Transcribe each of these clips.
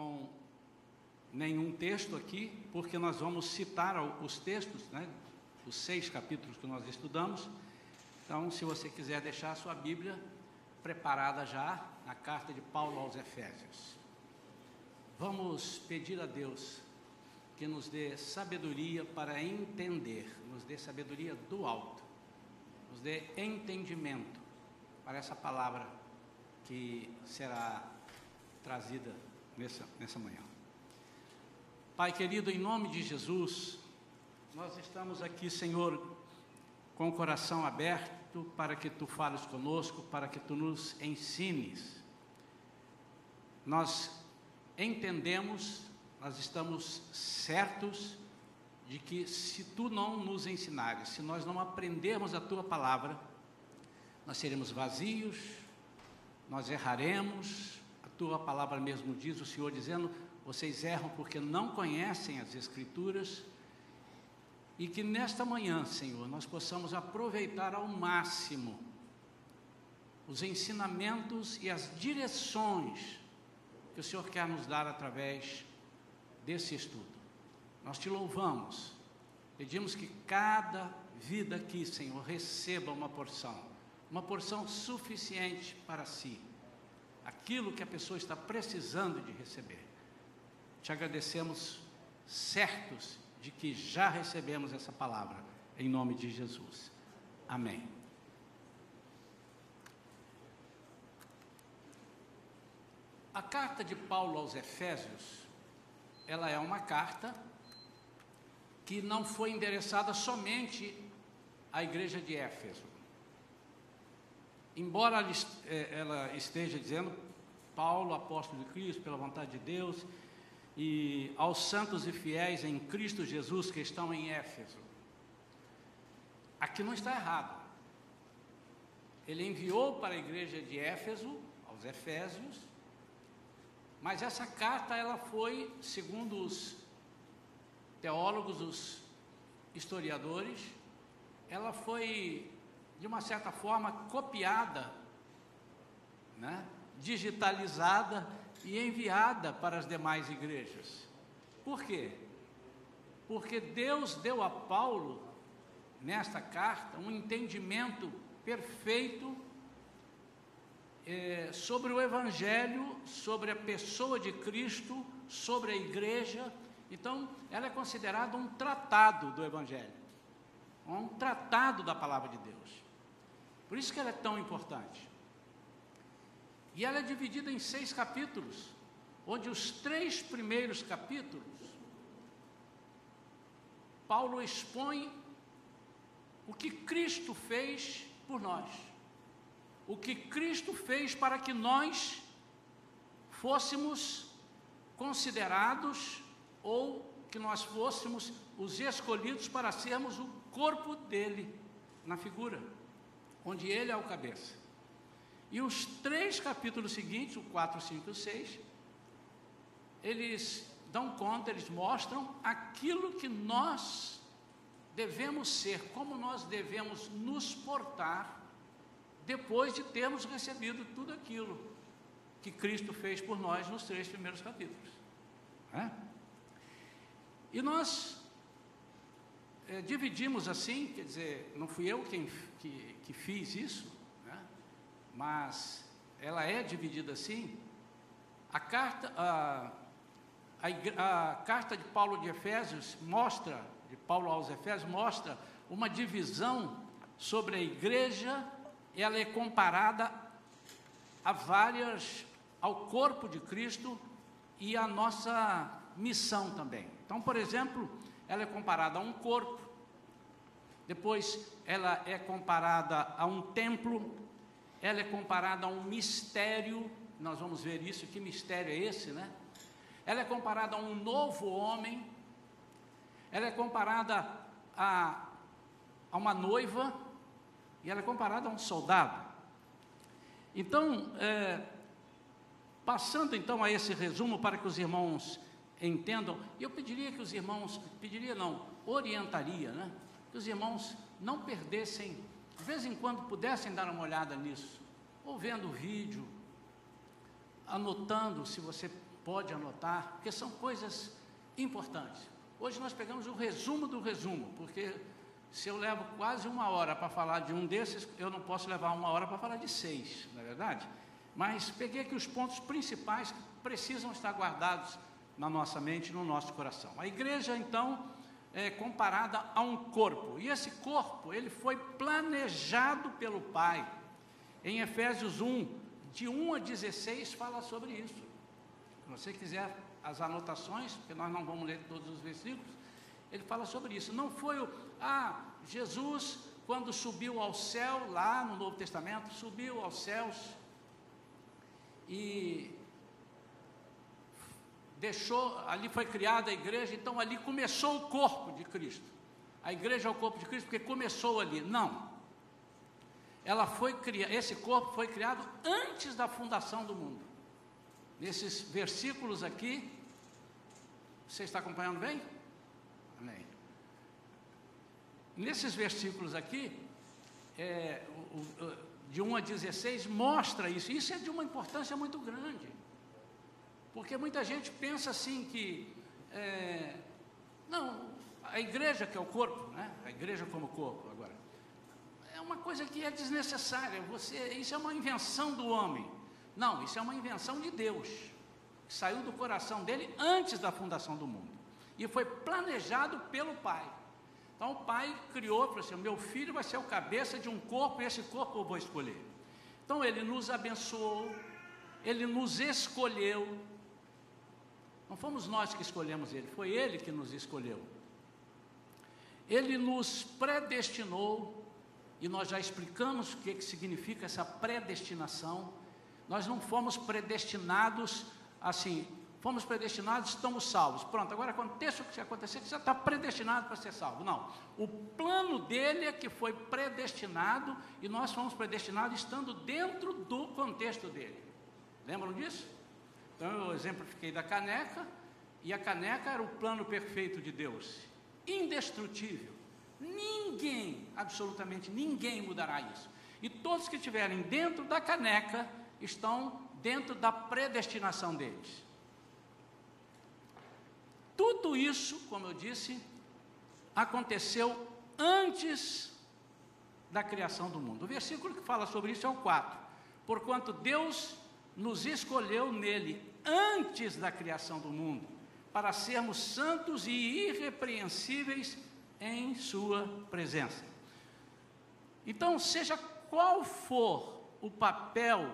com nenhum texto aqui, porque nós vamos citar os textos, né, os 6 capítulos que nós estudamos. Então, se você quiser deixar a sua Bíblia preparada já, na carta de Paulo aos Efésios. Vamos pedir a Deus que nos dê sabedoria para entender, nos dê sabedoria do alto, nos dê entendimento para essa palavra que será trazida nessa manhã. Pai querido, em nome de Jesus, nós estamos aqui, Senhor, com o coração aberto para que Tu fales conosco, para que Tu nos ensines. Nós entendemos, nós estamos certos de que se Tu não nos ensinares, se nós não aprendermos a Tua palavra, nós seremos vazios, nós erraremos. A Tua palavra mesmo diz, o Senhor dizendo, vocês erram porque não conhecem as Escrituras. E que nesta manhã, Senhor, nós possamos aproveitar ao máximo os ensinamentos e as direções que o Senhor quer nos dar através desse estudo. Nós Te louvamos, pedimos que cada vida aqui, Senhor, receba uma porção suficiente para si, aquilo que a pessoa está precisando de receber. Te agradecemos, certos de que já recebemos essa palavra, em nome de Jesus. Amém. A carta de Paulo aos Efésios, ela é uma carta que não foi endereçada somente à igreja de Éfeso. Embora ela esteja dizendo, Paulo, apóstolo de Cristo, pela vontade de Deus, e aos santos e fiéis em Cristo Jesus que estão em Éfeso. Aqui não está errado. Ele enviou para a igreja de Éfeso, aos Efésios, mas essa carta ela foi, segundo os teólogos, os historiadores, ela foi, de uma certa forma, copiada, né, digitalizada e enviada para as demais igrejas. Por quê? Porque Deus deu a Paulo, nesta carta, um entendimento perfeito sobre o Evangelho, sobre a pessoa de Cristo, sobre a igreja. Então, ela é considerada um tratado do Evangelho, um tratado da palavra de Deus. Por isso que ela é tão importante. E ela é dividida em 6 capítulos, onde os 3 primeiros capítulos, Paulo expõe o que Cristo fez por nós, o que Cristo fez para que nós fôssemos considerados, ou que nós fôssemos os escolhidos para sermos o corpo dele, na figura, onde ele é o cabeça. E os 3 capítulos seguintes, o 4, 5 e o 6, eles dão conta, eles mostram aquilo que nós devemos ser, como nós devemos nos portar, depois de termos recebido tudo aquilo que Cristo fez por nós nos 3 primeiros capítulos. E nós dividimos assim, quer dizer, não fui eu que fiz isso, mas ela é dividida assim. A carta de Paulo de Efésios mostra, de Paulo aos Efésios, mostra uma divisão sobre a igreja. Ela é comparada ao corpo de Cristo e à nossa missão também. Então, por exemplo, ela é comparada a um corpo, depois ela é comparada a um templo, ela é comparada a um mistério. Nós vamos ver isso, que mistério é esse, né? Ela é comparada a um novo homem, ela é comparada a uma noiva, e ela é comparada a um soldado. Então, passando então a esse resumo para que os irmãos entendam, eu pediria que os irmãos, orientaria, né? Que os irmãos não perdessem, de vez em quando pudessem dar uma olhada nisso, ou vendo o vídeo, anotando, se você pode anotar, porque são coisas importantes. Hoje nós pegamos o resumo do resumo, porque se eu levo quase 1 hora para falar de um desses, eu não posso levar 1 hora para falar de 6, não é verdade? Mas peguei aqui os pontos principais que precisam estar guardados na nossa mente, no nosso coração. A igreja, então, é comparada a um corpo, e esse corpo, ele foi planejado pelo Pai. Em Efésios 1, de 1 a 16, fala sobre isso. Se você quiser as anotações, porque nós não vamos ler todos os versículos, ele fala sobre isso. Não foi Jesus, quando subiu ao céu, lá no Novo Testamento, subiu aos céus e deixou, ali foi criada a igreja, então ali começou o corpo de Cristo. A igreja é o corpo de Cristo porque começou ali. Não. Esse corpo foi criado antes da fundação do mundo. Nesses versículos aqui, você está acompanhando bem? Amém. Nesses versículos aqui, de 1 a 16, mostra isso. Isso é de uma importância muito grande. Porque muita gente pensa assim que, não, a igreja que é o corpo, né? A igreja como corpo, agora, é uma coisa que é desnecessária. Isso é uma invenção do homem. Não, isso é uma invenção de Deus, que saiu do coração dele antes da fundação do mundo, e foi planejado pelo Pai. Então o Pai criou, falou assim: meu filho vai ser o cabeça de um corpo, e esse corpo eu vou escolher. Então ele nos abençoou, ele nos escolheu. Não fomos nós que escolhemos ele, foi ele que nos escolheu. Ele nos predestinou, e nós já explicamos o que significa essa predestinação. Nós não fomos predestinados assim, fomos predestinados, estamos salvos. Pronto, agora aconteça o que acontecer, que você está predestinado para ser salvo. Não, o plano dele é que foi predestinado, e nós fomos predestinados estando dentro do contexto dele. Lembram disso? Então eu exemplifiquei da caneca, e a caneca era o plano perfeito de Deus, indestrutível. Ninguém, absolutamente ninguém mudará isso. E todos que estiverem dentro da caneca estão dentro da predestinação deles. Tudo isso, como eu disse, aconteceu antes da criação do mundo. O versículo que fala sobre isso é o 4. Porquanto Deus nos escolheu nele antes da criação do mundo, para sermos santos e irrepreensíveis em sua presença. Então, seja qual for o papel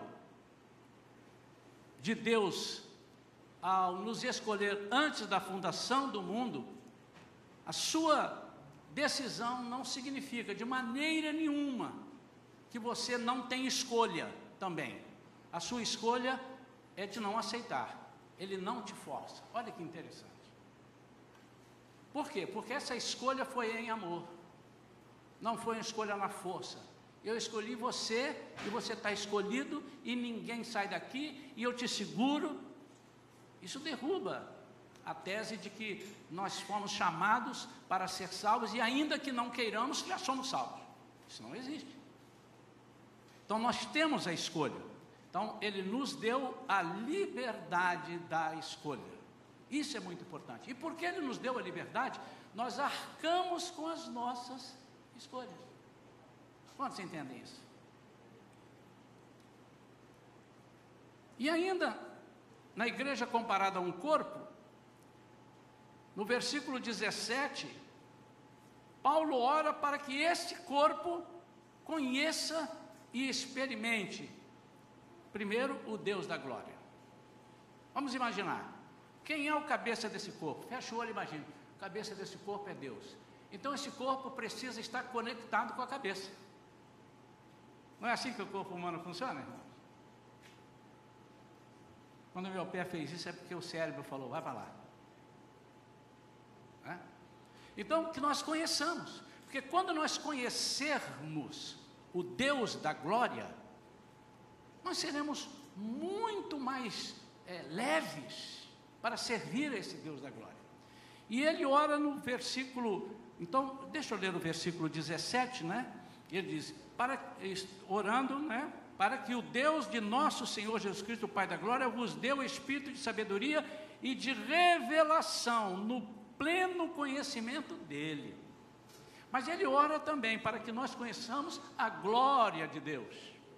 de Deus ao nos escolher antes da fundação do mundo, a sua decisão não significa de maneira nenhuma que você não tem escolha também. A sua escolha é de não aceitar. Ele não te força. Olha que interessante. Por quê? Porque essa escolha foi em amor. Não foi uma escolha na força. Eu escolhi você, e você está escolhido, e ninguém sai daqui, e eu te seguro. Isso derruba a tese de que nós fomos chamados para ser salvos, e ainda que não queiramos, já somos salvos. Isso não existe. Então nós temos a escolha. Então ele nos deu a liberdade da escolha. Isso é muito importante. E porque ele nos deu a liberdade, nós arcamos com as nossas escolhas. Quantos entendem isso? E ainda, na igreja comparada a um corpo, no versículo 17, Paulo ora para que este corpo conheça e experimente, primeiro, o Deus da glória. Vamos imaginar, quem é o cabeça desse corpo? Fecha o olho e imagina, o cabeça desse corpo é Deus. Então esse corpo precisa estar conectado com a cabeça. Não é assim que o corpo humano funciona, irmãos? Quando meu pé fez isso é porque o cérebro falou, vai para lá. Então, que nós conheçamos, porque quando nós conhecermos o Deus da glória, nós seremos muito mais leves para servir a esse Deus da glória. E ele ora no versículo, então, deixa eu ler o versículo 17, né? Ele diz, orando, né? para que o Deus de nosso Senhor Jesus Cristo, o Pai da glória, vos dê o espírito de sabedoria e de revelação no pleno conhecimento dele. Mas ele ora também para que nós conheçamos a glória de Deus.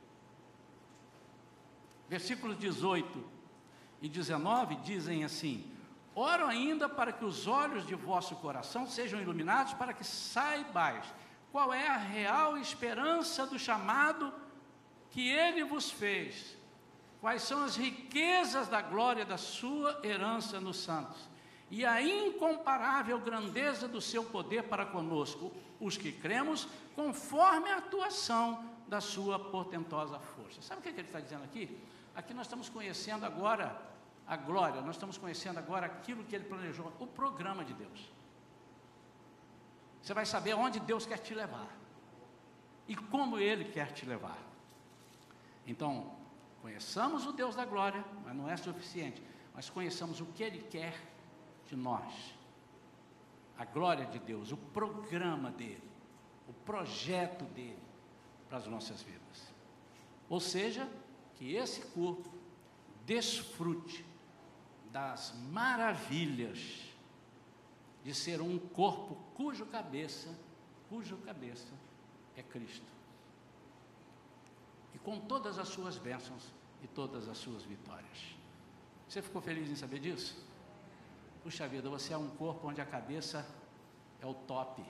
Versículos 18 e 19 dizem assim: oro ainda para que os olhos de vosso coração sejam iluminados, para que saibais qual é a real esperança do chamado que ele vos fez, quais são as riquezas da glória da sua herança nos santos, e a incomparável grandeza do seu poder para conosco, os que cremos, conforme a atuação da sua portentosa força. Sabe o que ele está dizendo aqui? Aqui nós estamos conhecendo agora a glória, nós estamos conhecendo agora aquilo que ele planejou, o programa de Deus. Você vai saber onde Deus quer te levar e como ele quer te levar. Então, conheçamos o Deus da glória, mas não é suficiente, mas conheçamos o que ele quer de nós, a glória de Deus, o programa dele, o projeto dele para as nossas vidas. Ou seja, que esse corpo desfrute das maravilhas de ser um corpo cuja cabeça é Cristo, e com todas as suas bênçãos e todas as suas vitórias. Você ficou feliz em saber disso? Puxa vida, você é um corpo onde a cabeça é o top.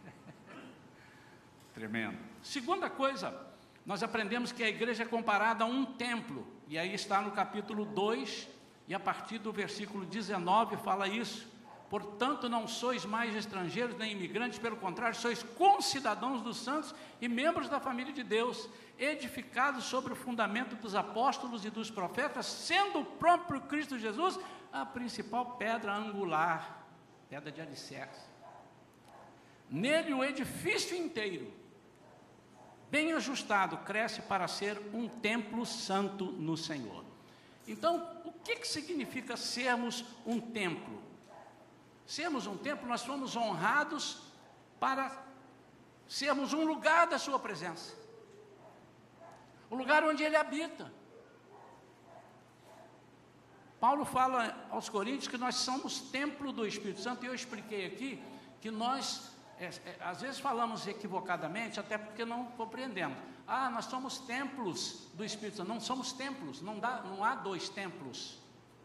Tremendo. Segunda coisa, nós aprendemos que a igreja é comparada a um templo, e aí está no capítulo 2, e a partir do versículo 19 fala isso. Portanto, não sois mais estrangeiros nem imigrantes, pelo contrário, sois concidadãos dos santos e membros da família de Deus, edificados sobre o fundamento dos apóstolos e dos profetas, sendo o próprio Cristo Jesus a principal pedra angular, pedra de alicerce. Nele o edifício inteiro, bem ajustado, cresce para ser um templo santo no Senhor. Então, o que significa sermos um templo? Sermos um templo, nós fomos honrados para sermos um lugar da sua presença, o lugar onde ele habita. Paulo fala aos Coríntios que nós somos templo do Espírito Santo, e eu expliquei aqui que nós, às vezes falamos equivocadamente, até porque não compreendemos. Nós somos templos do Espírito Santo. Não somos templos, não há dois templos.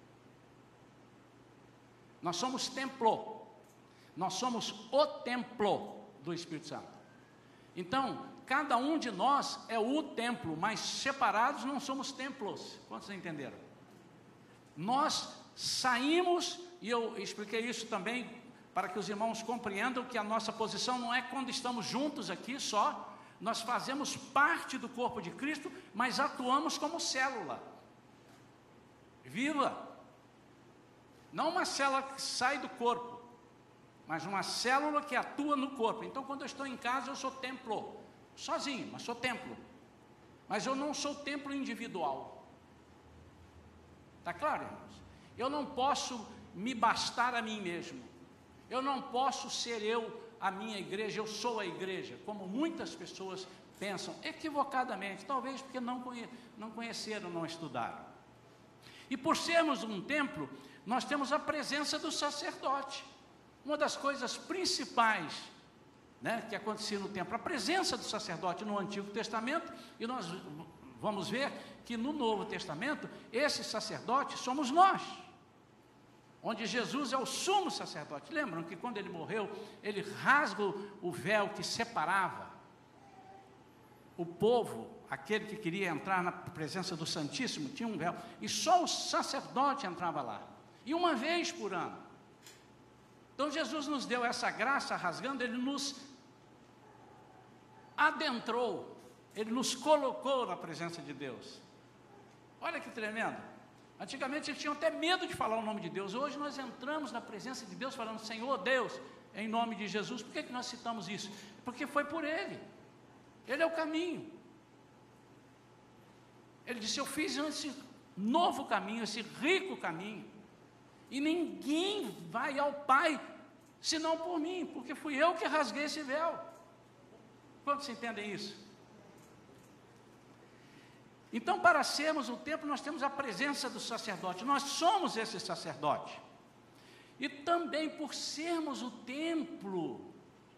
Nós somos templo, nós somos o templo do Espírito Santo. Então, cada um de nós é o templo, mas separados não somos templos. Quantos entenderam? Nós saímos, e eu expliquei isso também, para que os irmãos compreendam que a nossa posição não é quando estamos juntos aqui só, nós fazemos parte do corpo de Cristo, mas atuamos como célula viva. Não uma célula que sai do corpo, mas uma célula que atua no corpo. Então, quando eu estou em casa, eu sou templo, sozinho, mas sou templo. Mas eu não sou templo individual. Está claro, irmãos? Eu não posso me bastar a mim mesmo. Eu não posso ser eu a minha igreja, eu sou a igreja, como muitas pessoas pensam, equivocadamente, talvez porque não conheceram, não estudaram. E por sermos um templo, nós temos a presença do sacerdote. Uma das coisas principais, que acontecia no templo, a presença do sacerdote no Antigo Testamento, e nós vamos ver que no Novo Testamento, esse sacerdote somos nós, onde Jesus é o sumo sacerdote. Lembram que quando ele morreu, ele rasga o véu que separava o povo, aquele que queria entrar na presença do Santíssimo, tinha um véu, e só o sacerdote entrava lá, e uma vez por ano. Então Jesus nos deu essa graça rasgando, ele nos adentrou, ele nos colocou na presença de Deus. Olha que tremendo. Antigamente eles tinham até medo de falar o nome de Deus. Hoje nós entramos na presença de Deus falando, Senhor Deus, em nome de Jesus. Por que nós citamos isso? Porque foi por Ele. Ele é o caminho. Ele disse, eu fiz esse novo caminho, esse rico caminho, e ninguém vai ao Pai, senão por mim, porque fui eu que rasguei esse véu. Quantos entendem isso? Então, para sermos o templo, nós temos a presença do sacerdote, nós somos esse sacerdote. E também por sermos o templo,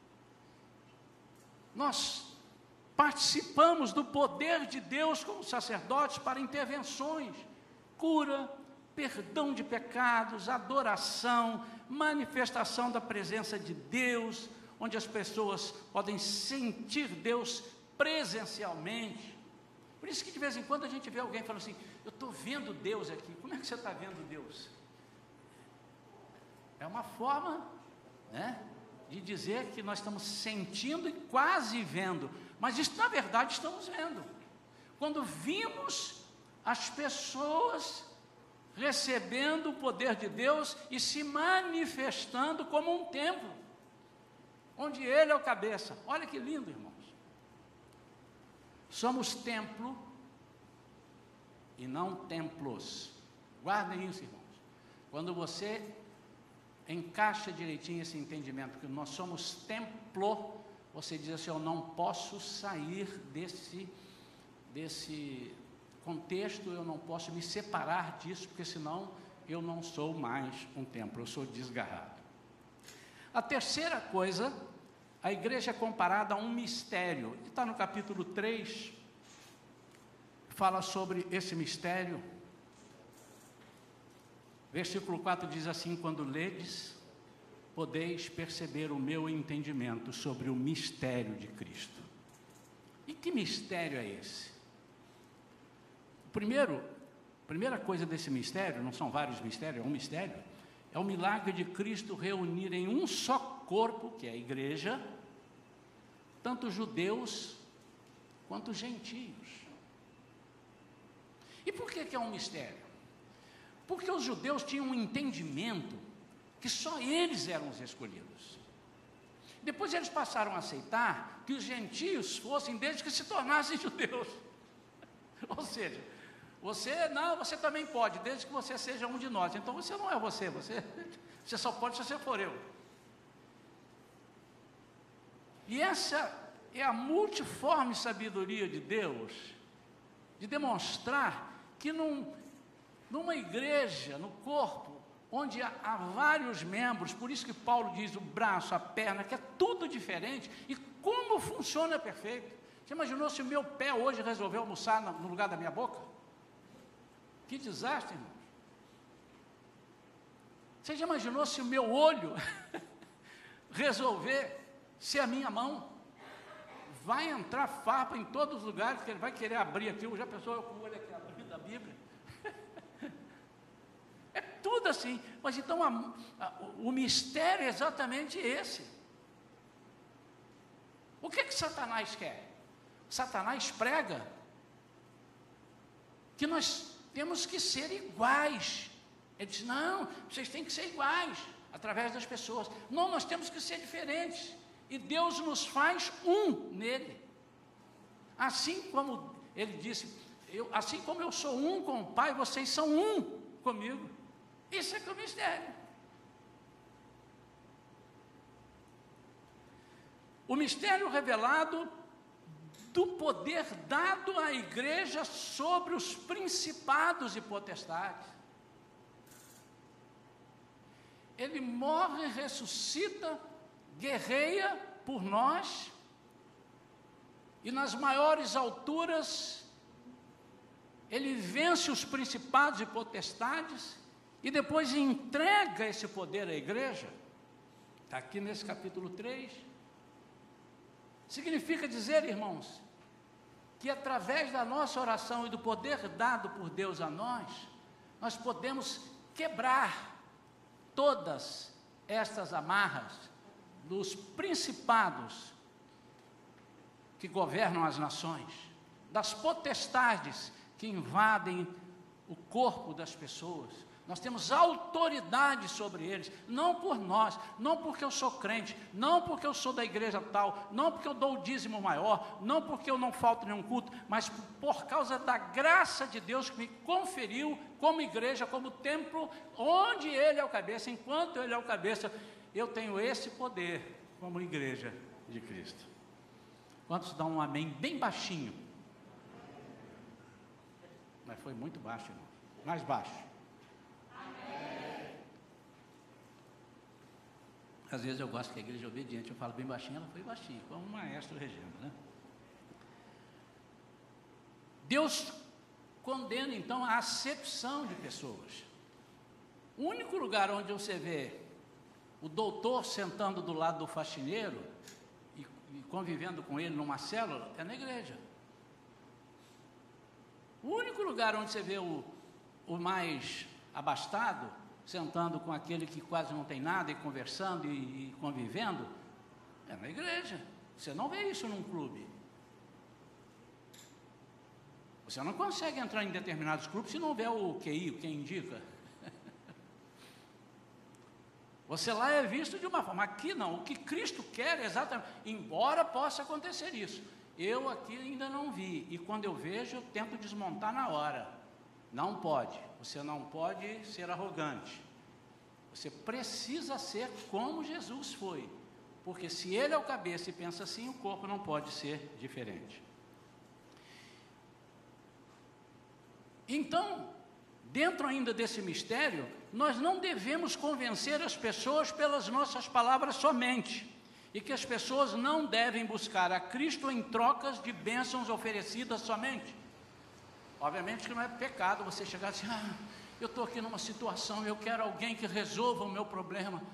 nós participamos do poder de Deus como sacerdotes para intervenções, cura, perdão de pecados, adoração, manifestação da presença de Deus, onde as pessoas podem sentir Deus presencialmente. Por isso que de vez em quando a gente vê alguém falando assim, eu estou vendo Deus aqui. Como é que você está vendo Deus? É uma forma, né, de dizer que nós estamos sentindo e quase vendo, mas isso na verdade estamos vendo. Quando vimos as pessoas recebendo o poder de Deus e se manifestando como um templo, onde Ele é o cabeça. Olha que lindo, irmãos. Somos templo e não templos. Guardem isso, irmãos. Quando você encaixa direitinho esse entendimento, que nós somos templo, você diz assim, eu não posso sair desse contexto, eu não posso me separar disso, porque senão eu não sou mais um templo, eu sou desgarrado. A terceira coisa, a igreja é comparada a um mistério, está no capítulo 3, fala sobre esse mistério. Versículo 4 diz assim, quando ledes, podeis perceber o meu entendimento sobre o mistério de Cristo. E que mistério é esse? Primeira coisa desse mistério, não são vários mistérios, é um mistério, é o milagre de Cristo reunir em um só corpo, que é a igreja, tanto judeus quanto gentios. E por que é um mistério? Porque os judeus tinham um entendimento que só eles eram os escolhidos. Depois eles passaram a aceitar que os gentios fossem desde que se tornassem judeus. Ou seja, você também pode, desde que você seja um de nós. Então você não é você só pode se você for eu. E essa é a multiforme sabedoria de Deus, de demonstrar que numa igreja, no corpo, onde há vários membros, por isso que Paulo diz o braço, a perna, que é tudo diferente, e como funciona perfeito. Você imaginou se o meu pé hoje resolveu almoçar no lugar da minha boca? Que desastre, irmãos. Você já imaginou se o meu olho resolver ser a minha mão? Vai entrar farpa em todos os lugares, que ele vai querer abrir aqui. Já pensou eu com o olho aqui abrindo a Bíblia? É tudo assim. Mas então o mistério é exatamente esse. O que Satanás quer? Satanás prega que nós temos que ser iguais. Ele diz, não, vocês têm que ser iguais, através das pessoas. Não, nós temos que ser diferentes. E Deus nos faz um nele. Assim como ele disse, assim como eu sou um com o Pai, vocês são um comigo. Isso é que é o mistério. O mistério revelado do poder dado à igreja sobre os principados e potestades. Ele morre, ressuscita, guerreia por nós, e nas maiores alturas, ele vence os principados e potestades, e depois entrega esse poder à igreja. Está aqui nesse capítulo 3. Significa dizer, irmãos, que através da nossa oração e do poder dado por Deus a nós podemos quebrar todas estas amarras dos principados que governam as nações, das potestades que invadem o corpo das pessoas. Nós temos autoridade sobre eles, não por nós, não porque eu sou crente, não porque eu sou da igreja tal, não porque eu dou o dízimo maior, não porque eu não falto nenhum culto, mas por causa da graça de Deus que me conferiu como igreja, como templo, onde Ele é o cabeça. Enquanto Ele é o cabeça, eu tenho esse poder como igreja de Cristo. Quantos dão um amém bem baixinho? mas foi muito baixo, irmão. Mais baixo. Às vezes eu gosto que a igreja é obediente, eu falo bem baixinho, ela foi baixinha, como o maestro regendo, né? Deus condena então a acepção de pessoas. O único lugar onde você vê o doutor sentando do lado do faxineiro e convivendo com ele numa célula é na igreja. O único lugar onde você vê o mais abastado sentando com aquele que quase não tem nada e conversando e convivendo é na igreja. Você não vê isso num clube. Você não consegue entrar em determinados grupos se não houver o QI, o que indica. Você lá é visto de uma forma, aqui não. O que Cristo quer é exatamente, embora possa acontecer isso, eu aqui ainda não vi, e quando eu vejo eu tento desmontar na hora. Não pode, você não pode ser arrogante, você precisa ser como Jesus foi, porque se ele é o cabeça e pensa assim, o corpo não pode ser diferente. Então, dentro ainda desse mistério, nós não devemos convencer as pessoas pelas nossas palavras somente, e que as pessoas não devem buscar a Cristo em trocas de bênçãos oferecidas somente. Obviamente que não é pecado você chegar assim, eu estou aqui numa situação, eu quero alguém que resolva o meu problema.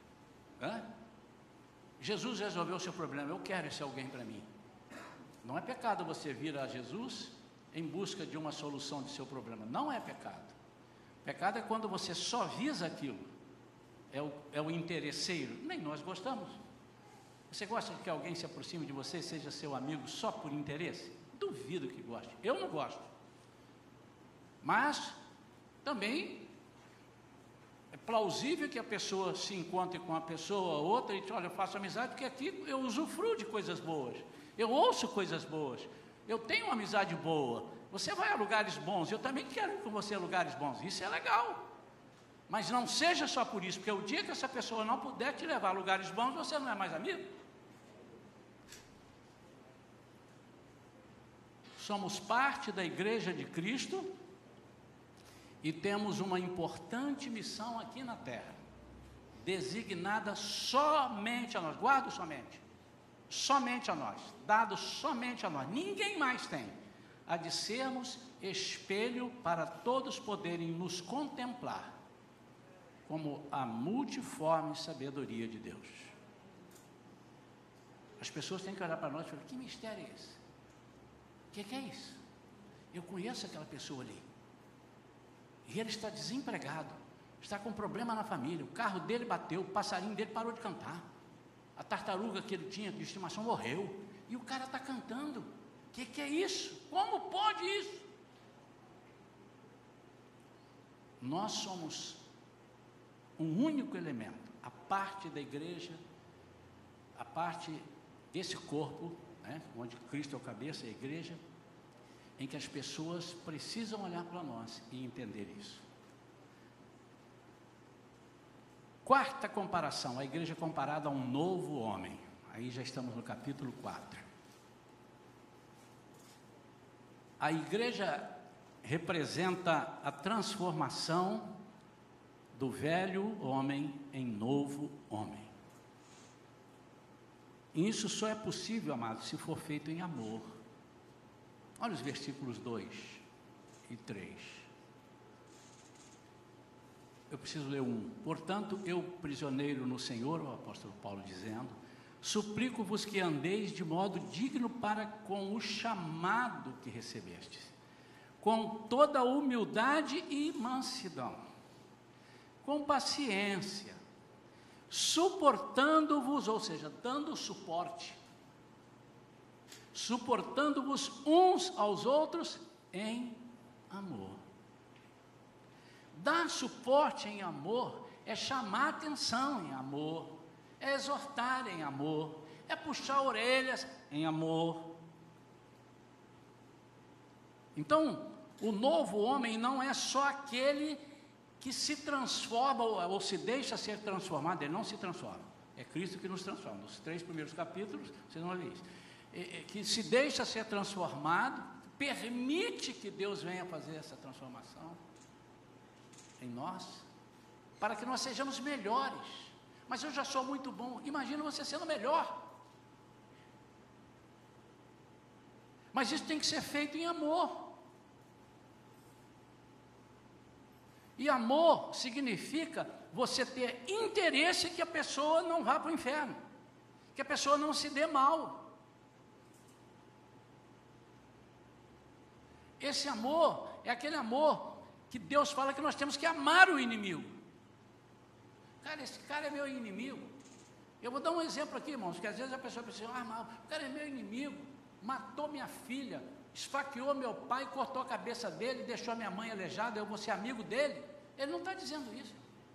Jesus resolveu o seu problema, eu quero esse alguém para mim. Não é pecado você vir a Jesus em busca de uma solução de seu problema, não é pecado. Pecado é quando você só visa aquilo, é o interesseiro, nem nós gostamos. Você gosta de que alguém se aproxime de você, seja seu amigo só por interesse? Duvido que goste, eu não gosto. Mas também é plausível que a pessoa se encontre com uma pessoa ou outra e diz, olha, eu faço amizade porque aqui eu usufruo de coisas boas, eu ouço coisas boas, eu tenho uma amizade boa, você vai a lugares bons, eu também quero ir com você a lugares bons, isso é legal. Mas não seja só por isso, porque o dia que essa pessoa não puder te levar a lugares bons, você não é mais amigo. Somos parte da Igreja de Cristo e temos uma importante missão aqui na terra, designada somente a nós, guarda somente a nós, dado somente a nós, ninguém mais tem, a de sermos espelho para todos poderem nos contemplar como a multiforme sabedoria de Deus. As pessoas têm que olhar para nós e falar, que mistério é esse? O que é isso? Eu conheço aquela pessoa ali, e ele está desempregado, está com problema na família, o carro dele bateu, o passarinho dele parou de cantar, a tartaruga que ele tinha de estimação morreu, e o cara está cantando. O que é isso? Como pode isso? Nós somos um único elemento, a parte da igreja, a parte desse corpo, onde Cristo é o cabeça, a igreja, em que as pessoas precisam olhar para nós e entender isso. Quarta comparação, a igreja comparada a um novo homem. Aí já estamos no capítulo 4. A igreja representa a transformação do velho homem em novo homem. E isso só é possível, amados, se for feito em amor. Olha os versículos 2 e 3. Eu preciso ler 1. Portanto, eu, prisioneiro no Senhor, o apóstolo Paulo dizendo, suplico-vos que andeis de modo digno para com o chamado que recebestes, com toda humildade e mansidão, com paciência, suportando-vos, ou seja, dando suporte, suportando-vos uns aos outros em amor. Dar suporte em amor é chamar atenção em amor, é exortar em amor, é puxar orelhas em amor. Então, o novo homem não é só aquele que se transforma ou se deixa ser transformado, ele não se transforma, é Cristo que nos transforma. Nos 3 primeiros capítulos, vocês vão ver isso. Que se deixa ser transformado permite que Deus venha fazer essa transformação em nós, para que nós sejamos melhores. Mas eu já sou muito bom, imagina você sendo melhor. Mas isso tem que ser feito em amor. E amor significa você ter interesse que a pessoa não vá para o inferno, que a pessoa não se dê mal. Esse amor é aquele amor que Deus fala que nós temos que amar o inimigo. Cara, esse cara é meu inimigo. Eu vou dar um exemplo aqui, irmãos, que às vezes a pessoa pensa, o cara é meu inimigo, matou minha filha, esfaqueou meu pai, cortou a cabeça dele, deixou a minha mãe aleijada, eu vou ser amigo dele. Ele não está dizendo isso.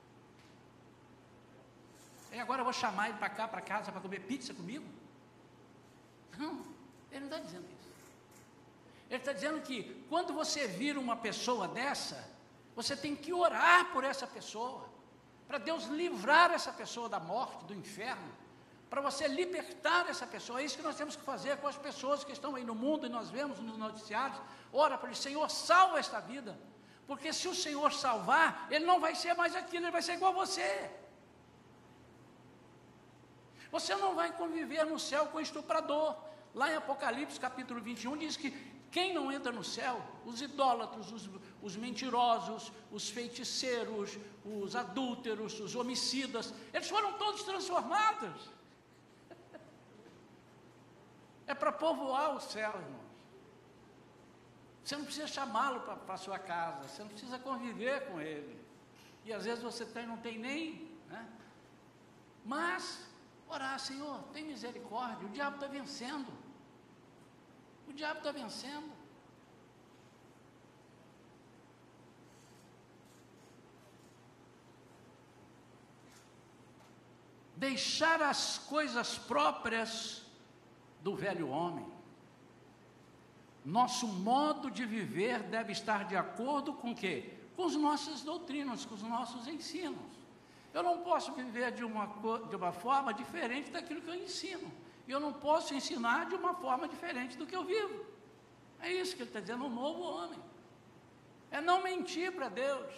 E agora eu vou chamar ele para cá, para casa, para comer pizza comigo? Não, ele não está dizendo isso. Ele está dizendo que quando você vira uma pessoa dessa, você tem que orar por essa pessoa, para Deus livrar essa pessoa da morte, do inferno, para você libertar essa pessoa. É isso que nós temos que fazer com as pessoas que estão aí no mundo, e nós vemos nos noticiários. Ora para ele, Senhor, salva esta vida, porque se o Senhor salvar, ele não vai ser mais aquilo, ele vai ser igual a você. Você não vai conviver no céu com estuprador. Lá em Apocalipse capítulo 21 diz que quem não entra no céu, os idólatros, os mentirosos, os feiticeiros, os adúlteros, os homicidas, eles foram todos transformados. É para povoar o céu, irmãos. Você não precisa chamá-lo para a sua casa, você não precisa conviver com ele. E às vezes você não tem nem, né? Mas, orar, Senhor, tem misericórdia, o diabo está vencendo. O diabo está vencendo. Deixar as coisas próprias do velho homem. Nosso modo de viver deve estar de acordo com o quê? Com as nossas doutrinas, com os nossos ensinos. Eu não posso viver de uma forma diferente daquilo que eu ensino. Eu não posso ensinar de uma forma diferente do que eu vivo. É isso que ele está dizendo, um novo homem. É não mentir para Deus.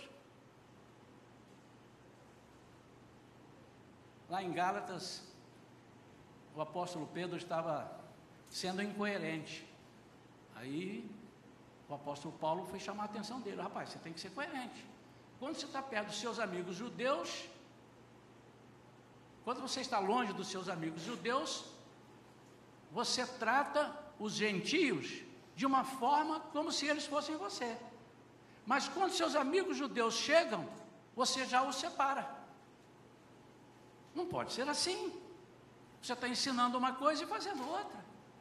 Lá em Gálatas, o apóstolo Pedro estava sendo incoerente. Aí, o apóstolo Paulo foi chamar a atenção dele. Rapaz, você tem que ser coerente. Quando você está perto dos seus amigos judeus, quando você está longe dos seus amigos judeus, você trata os gentios de uma forma como se eles fossem você. Mas quando seus amigos judeus chegam, você já os separa. Não pode ser assim. Você está ensinando uma coisa e fazendo outra.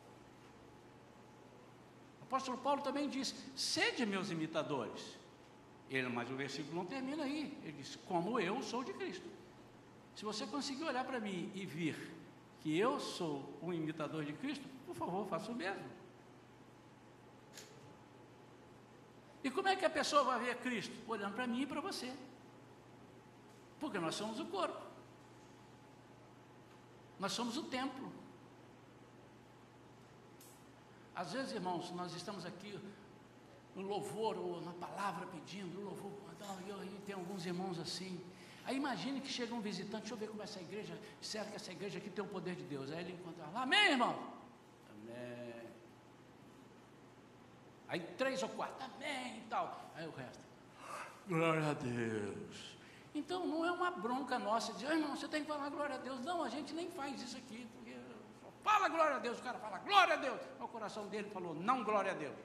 O apóstolo Paulo também diz, sede meus imitadores. Mas o versículo não termina aí. Ele diz, como eu sou de Cristo. Se você conseguir olhar para mim e vir que eu sou um imitador de Cristo, por favor, faça o mesmo. E como é que a pessoa vai ver Cristo? Olhando para mim e para você. Porque nós somos o corpo. Nós somos o templo. Às vezes, irmãos, nós estamos aqui no louvor ou na palavra pedindo, no louvor, e tem alguns irmãos assim. Aí imagine que chega um visitante, deixa eu ver como essa igreja, será que essa igreja aqui tem o poder de Deus? Aí ele encontra lá, amém, irmão? Amém. Aí 3 ou 4, amém e tal. Aí o resto, glória a Deus. Então não é uma bronca nossa, dizer, irmão, você tem que falar glória a Deus. Não, a gente nem faz isso aqui, porque fala glória a Deus, o cara fala glória a Deus. O coração dele falou, não glória a Deus.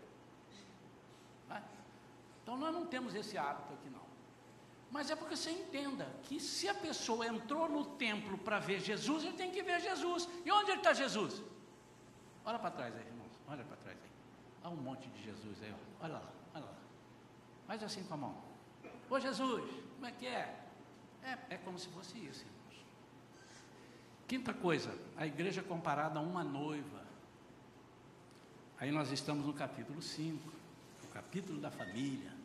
Então nós não temos esse hábito aqui não. Mas é porque você entenda que se a pessoa entrou no templo para ver Jesus, ele tem que ver Jesus. E onde ele está Jesus? Olha para trás aí, irmãos, olha para trás aí. Há um monte de Jesus aí, olha lá, olha lá. Faz assim com a mão. Ô Jesus, como é que é? É como se fosse isso, irmãos. Quinta coisa, a igreja comparada a uma noiva. Aí nós estamos no capítulo 5, o capítulo da família.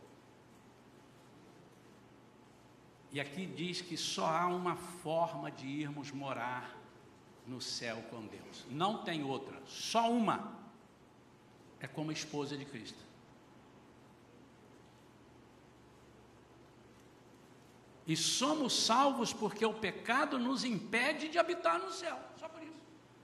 E aqui diz que só há uma forma de irmos morar no céu com Deus. Não tem outra, só uma. é como a esposa de Cristo. E somos salvos porque o pecado nos impede de habitar no céu, só por isso.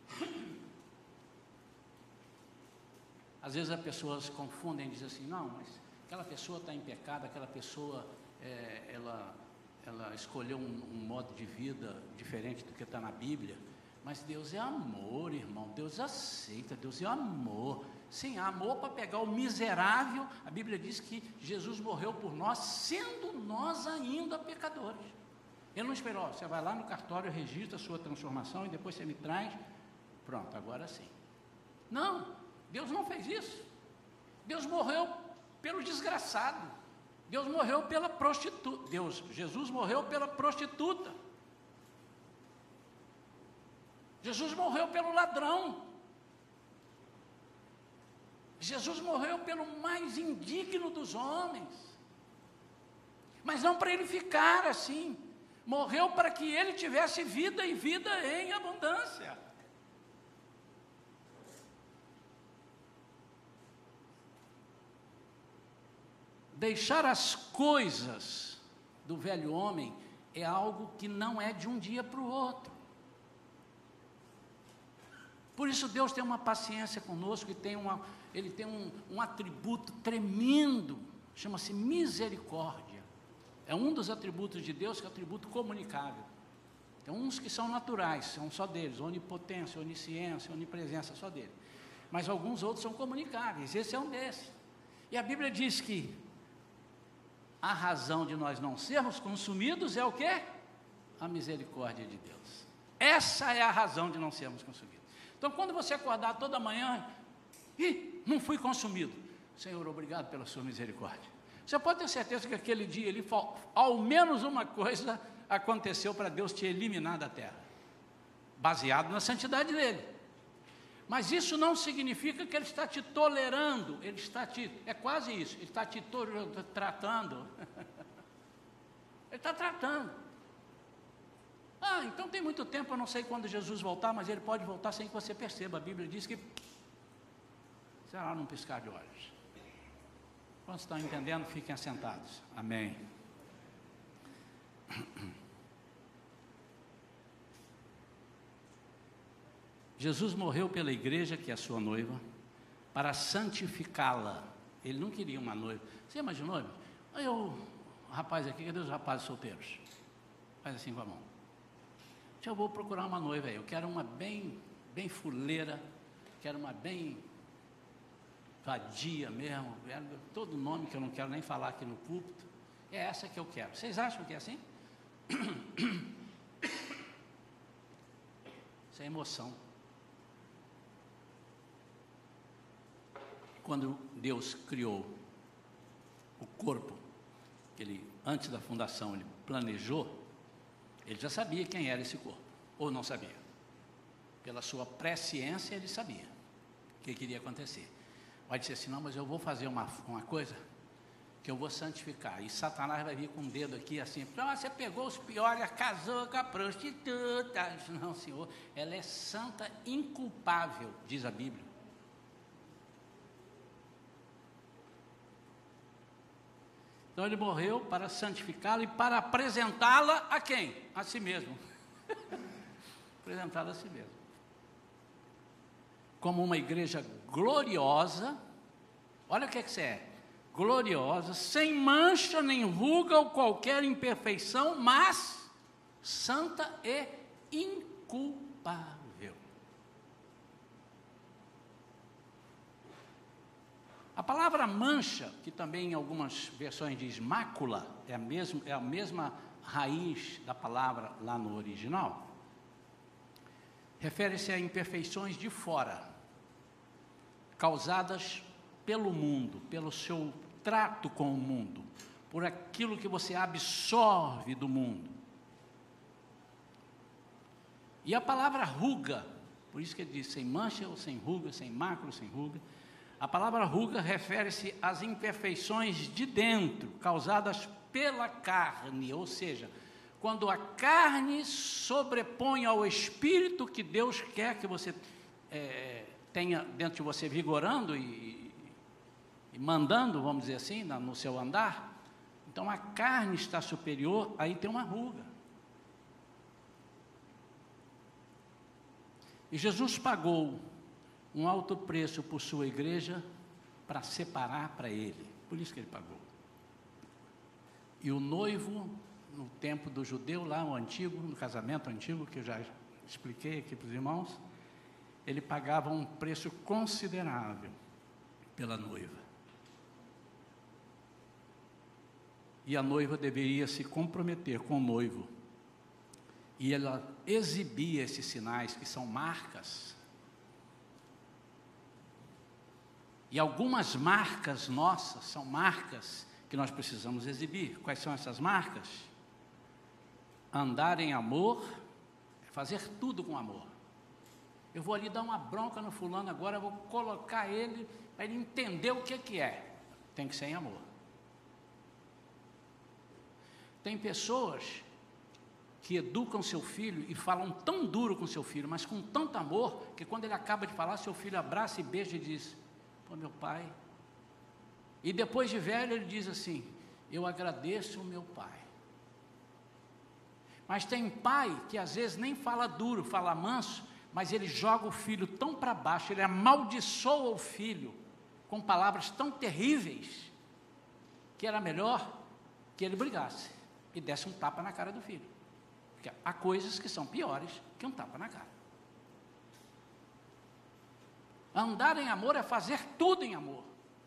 Às vezes as pessoas confundem e dizem assim, não, mas aquela pessoa está em pecado, aquela pessoa, ela escolheu um modo de vida diferente do que está na Bíblia, mas Deus é amor, irmão, Deus aceita, Deus é amor. Sim, amor para pegar o miserável. A Bíblia diz que Jesus morreu por nós, sendo nós ainda pecadores. Ele não esperou, você vai lá no cartório, registra a sua transformação e depois você me traz, pronto, agora sim. Não, Deus não fez isso. Deus morreu pelo desgraçado. Deus morreu pela prostituta. Jesus morreu pela prostituta. Jesus morreu pelo ladrão. Jesus morreu pelo mais indigno dos homens, mas não para ele ficar assim, morreu para que ele tivesse vida e vida em abundância. Deixar as coisas do velho homem é algo que não é de um dia para o outro. Por isso Deus tem uma paciência conosco e Ele tem um atributo tremendo, chama-se misericórdia. É um dos atributos de Deus, que é o atributo comunicável. Tem uns que são naturais, são só deles, onipotência, onisciência, onipresença, só dele. Mas alguns outros são comunicáveis, esse é um desses. E a Bíblia diz que a razão de nós não sermos consumidos é o quê? A misericórdia de Deus. Essa é a razão de não sermos consumidos. Então, quando você acordar toda manhã, não fui consumido. Senhor, obrigado pela sua misericórdia. Você pode ter certeza que aquele dia, ao menos uma coisa aconteceu para Deus te eliminar da terra, baseado na santidade dele. Mas isso não significa que ele está te tolerando, é quase isso, ele está te tratando. Ele está tratando. Então tem muito tempo, eu não sei quando Jesus voltar, mas ele pode voltar sem que você perceba. A Bíblia diz que será num piscar de olhos. Quando estão entendendo, fiquem assentados. Amém. Jesus morreu pela igreja, que é a sua noiva, para santificá-la. Ele não queria uma noiva. Você imaginou? Rapaz aqui, cadê os rapazes solteiros? Faz assim com a mão. Eu vou procurar uma noiva aí, eu quero uma bem fuleira, quero uma bem vadia mesmo, todo nome que eu não quero nem falar aqui no púlpito, é essa que eu quero. Vocês acham que é assim? Isso é emoção. Quando Deus criou o corpo, antes da fundação, ele planejou, ele já sabia quem era esse corpo, ou não sabia. Pela sua presciência, ele sabia o que iria acontecer. Vai dizer assim, não, mas eu vou fazer uma coisa que eu vou santificar. E Satanás vai vir com o dedo aqui assim, você pegou os piores, casou com a prostituta. Não, Senhor, ela é santa, inculpável, diz a Bíblia. Então ele morreu para santificá-la e para apresentá-la a quem? A si mesmo. Apresentá-la a si mesmo. Como uma igreja gloriosa, olha o que você é, gloriosa, sem mancha nem ruga ou qualquer imperfeição, mas santa e inculpável. A palavra mancha, que também em algumas versões diz mácula, é a mesma raiz da palavra lá no original, refere-se a imperfeições de fora, causadas pelo mundo, pelo seu trato com o mundo, por aquilo que você absorve do mundo. E a palavra ruga, por isso que ele diz sem mancha ou sem ruga, sem mácula, sem ruga, a palavra ruga refere-se às imperfeições de dentro, causadas pela carne, ou seja, quando a carne sobrepõe ao espírito que Deus quer que você tenha dentro de você vigorando e mandando, vamos dizer assim, no seu andar, então a carne está superior, aí tem uma ruga. E Jesus pagou um alto preço por sua igreja para separar para ele, por isso que ele pagou. E o noivo, no tempo do judeu lá, o antigo, no casamento antigo, que eu já expliquei aqui para os irmãos, ele pagava um preço considerável pela noiva. E a noiva deveria se comprometer com o noivo. E ela exibia esses sinais, que são marcas. E algumas marcas nossas são marcas que nós precisamos exibir. Quais são essas marcas? Andar em amor, fazer tudo com amor. Eu vou ali dar uma bronca no fulano agora, eu vou colocar ele, para ele entender o que é. Tem que ser em amor. Tem pessoas que educam seu filho e falam tão duro com seu filho, mas com tanto amor, que quando ele acaba de falar, seu filho abraça e beija e diz: pô, meu pai. E depois de velho ele diz assim: eu agradeço o meu pai. Mas tem pai que às vezes nem fala duro, fala manso, mas ele joga o filho tão para baixo, ele amaldiçoa o filho com palavras tão terríveis, que era melhor que ele brigasse e desse um tapa na cara do filho. Porque há coisas que são piores que um tapa na cara. Andar em amor é fazer tudo em amor.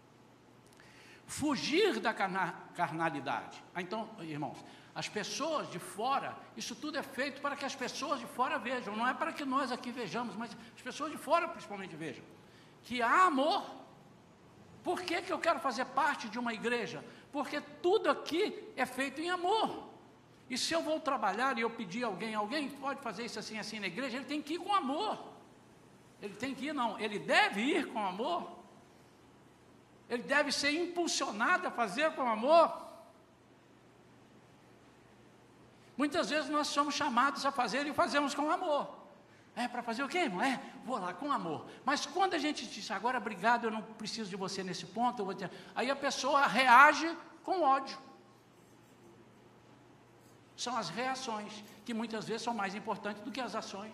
Fugir da carnalidade. Então, irmãos, as pessoas de fora, isso tudo é feito para que as pessoas de fora vejam, não é para que nós aqui vejamos, mas as pessoas de fora principalmente vejam, que há amor. Por que eu quero fazer parte de uma igreja? Porque tudo aqui é feito em amor. E se eu vou trabalhar e eu pedir a alguém pode fazer isso assim, assim na igreja, ele tem que ir com amor. Ele tem que ir, não, ele deve ir com amor. Ele deve ser impulsionado a fazer com amor. Muitas vezes nós somos chamados a fazer e fazemos com amor. É para fazer o quê, irmão? Vou lá com amor. Mas quando a gente diz: agora obrigado, eu não preciso de você nesse ponto, aí a pessoa reage com ódio. São as reações, que muitas vezes são mais importantes do que as ações.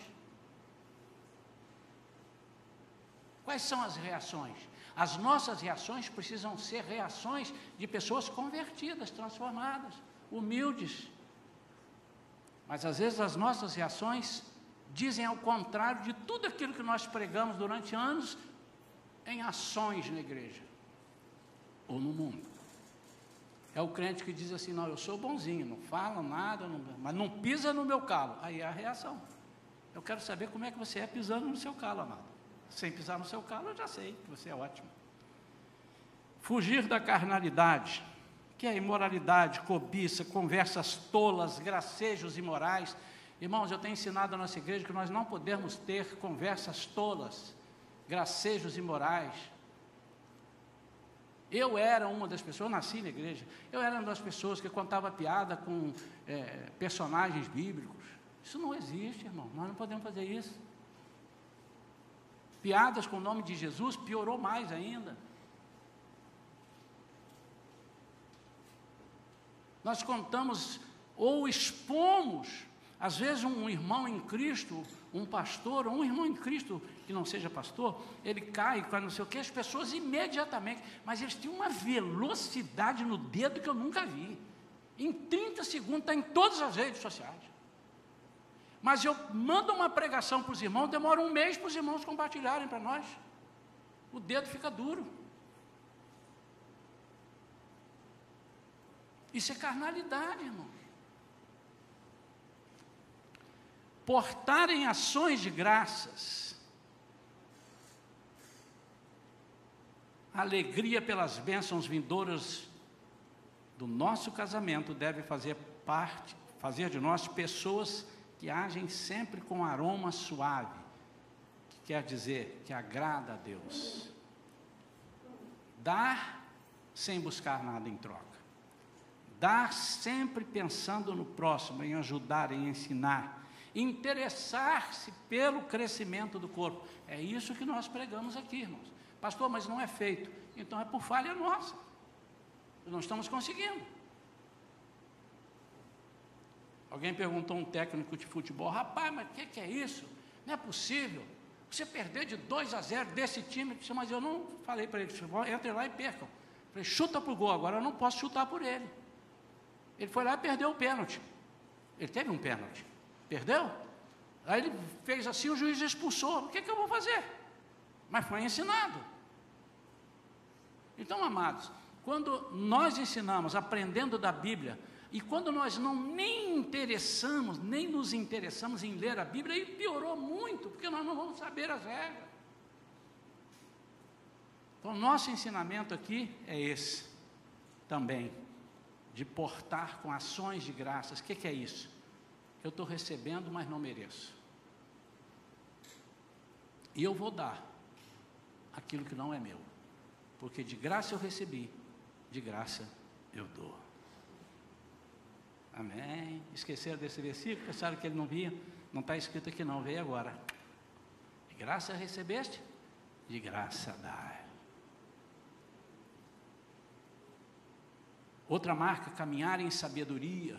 Quais são as reações? As nossas reações precisam ser reações de pessoas convertidas, transformadas, humildes. Mas às vezes as nossas reações dizem ao contrário de tudo aquilo que nós pregamos durante anos em ações na igreja ou no mundo. É o crente que diz assim: não, eu sou bonzinho, não falo nada, mas não pisa no meu calo. Aí é a reação. Eu quero saber como é que você é pisando no seu calo, amado. Sem pisar no seu calo, eu já sei que você é ótimo. Fugir da carnalidade, que é imoralidade, cobiça, conversas tolas, gracejos imorais. Irmãos, eu tenho ensinado à nossa igreja que nós não podemos ter conversas tolas, gracejos imorais. Eu era uma das pessoas, eu nasci na igreja, eu era uma das pessoas que contava piada com personagens bíblicos. Isso não existe, irmão, nós não podemos fazer isso. Piadas com o nome de Jesus piorou mais ainda. Nós contamos ou expomos, às vezes um irmão em Cristo, um pastor, ou um irmão em Cristo que não seja pastor, ele cai não sei o que, as pessoas imediatamente, mas eles têm uma velocidade no dedo que eu nunca vi. Em 30 segundos está em todas as redes sociais. Mas eu mando uma pregação para os irmãos, demora um mês para os irmãos compartilharem para nós. O dedo fica duro. Isso é carnalidade, irmão. Portar em ações de graças, a alegria pelas bênçãos vindouras do nosso casamento deve fazer de nós pessoas que agem sempre com aroma suave, que quer dizer que agrada a Deus. Dar sem buscar nada em troca. Dar sempre pensando no próximo, em ajudar, em ensinar. Interessar-se pelo crescimento do corpo. É isso que nós pregamos aqui, irmãos. Pastor, mas não é feito. Então é por falha nossa. Não estamos conseguindo. Alguém perguntou a um técnico de futebol: rapaz, mas o que é isso? Não é possível você perder de 2-0 desse time. Mas eu não falei para ele: entrem lá e percam. Falei: chuta para o gol, agora eu não posso chutar por ele. Ele foi lá e perdeu o pênalti. Ele teve um pênalti, perdeu? Aí ele fez assim, o juiz expulsou. O que eu vou fazer? Mas foi ensinado. Então, amados, quando nós ensinamos, aprendendo da Bíblia, e quando nós nem nos interessamos em ler a Bíblia, aí piorou muito, porque nós não vamos saber as regras. Então, nosso ensinamento aqui é esse, também, de portar com ações de graças. O que é isso? Eu estou recebendo, mas não mereço. E eu vou dar aquilo que não é meu, porque de graça eu recebi, de graça eu dou. Amém? Esqueceram desse versículo? Pensaram que ele não via? Não está escrito aqui não, veio agora. De graça recebeste, de graça dai. Outra marca, caminhar em sabedoria.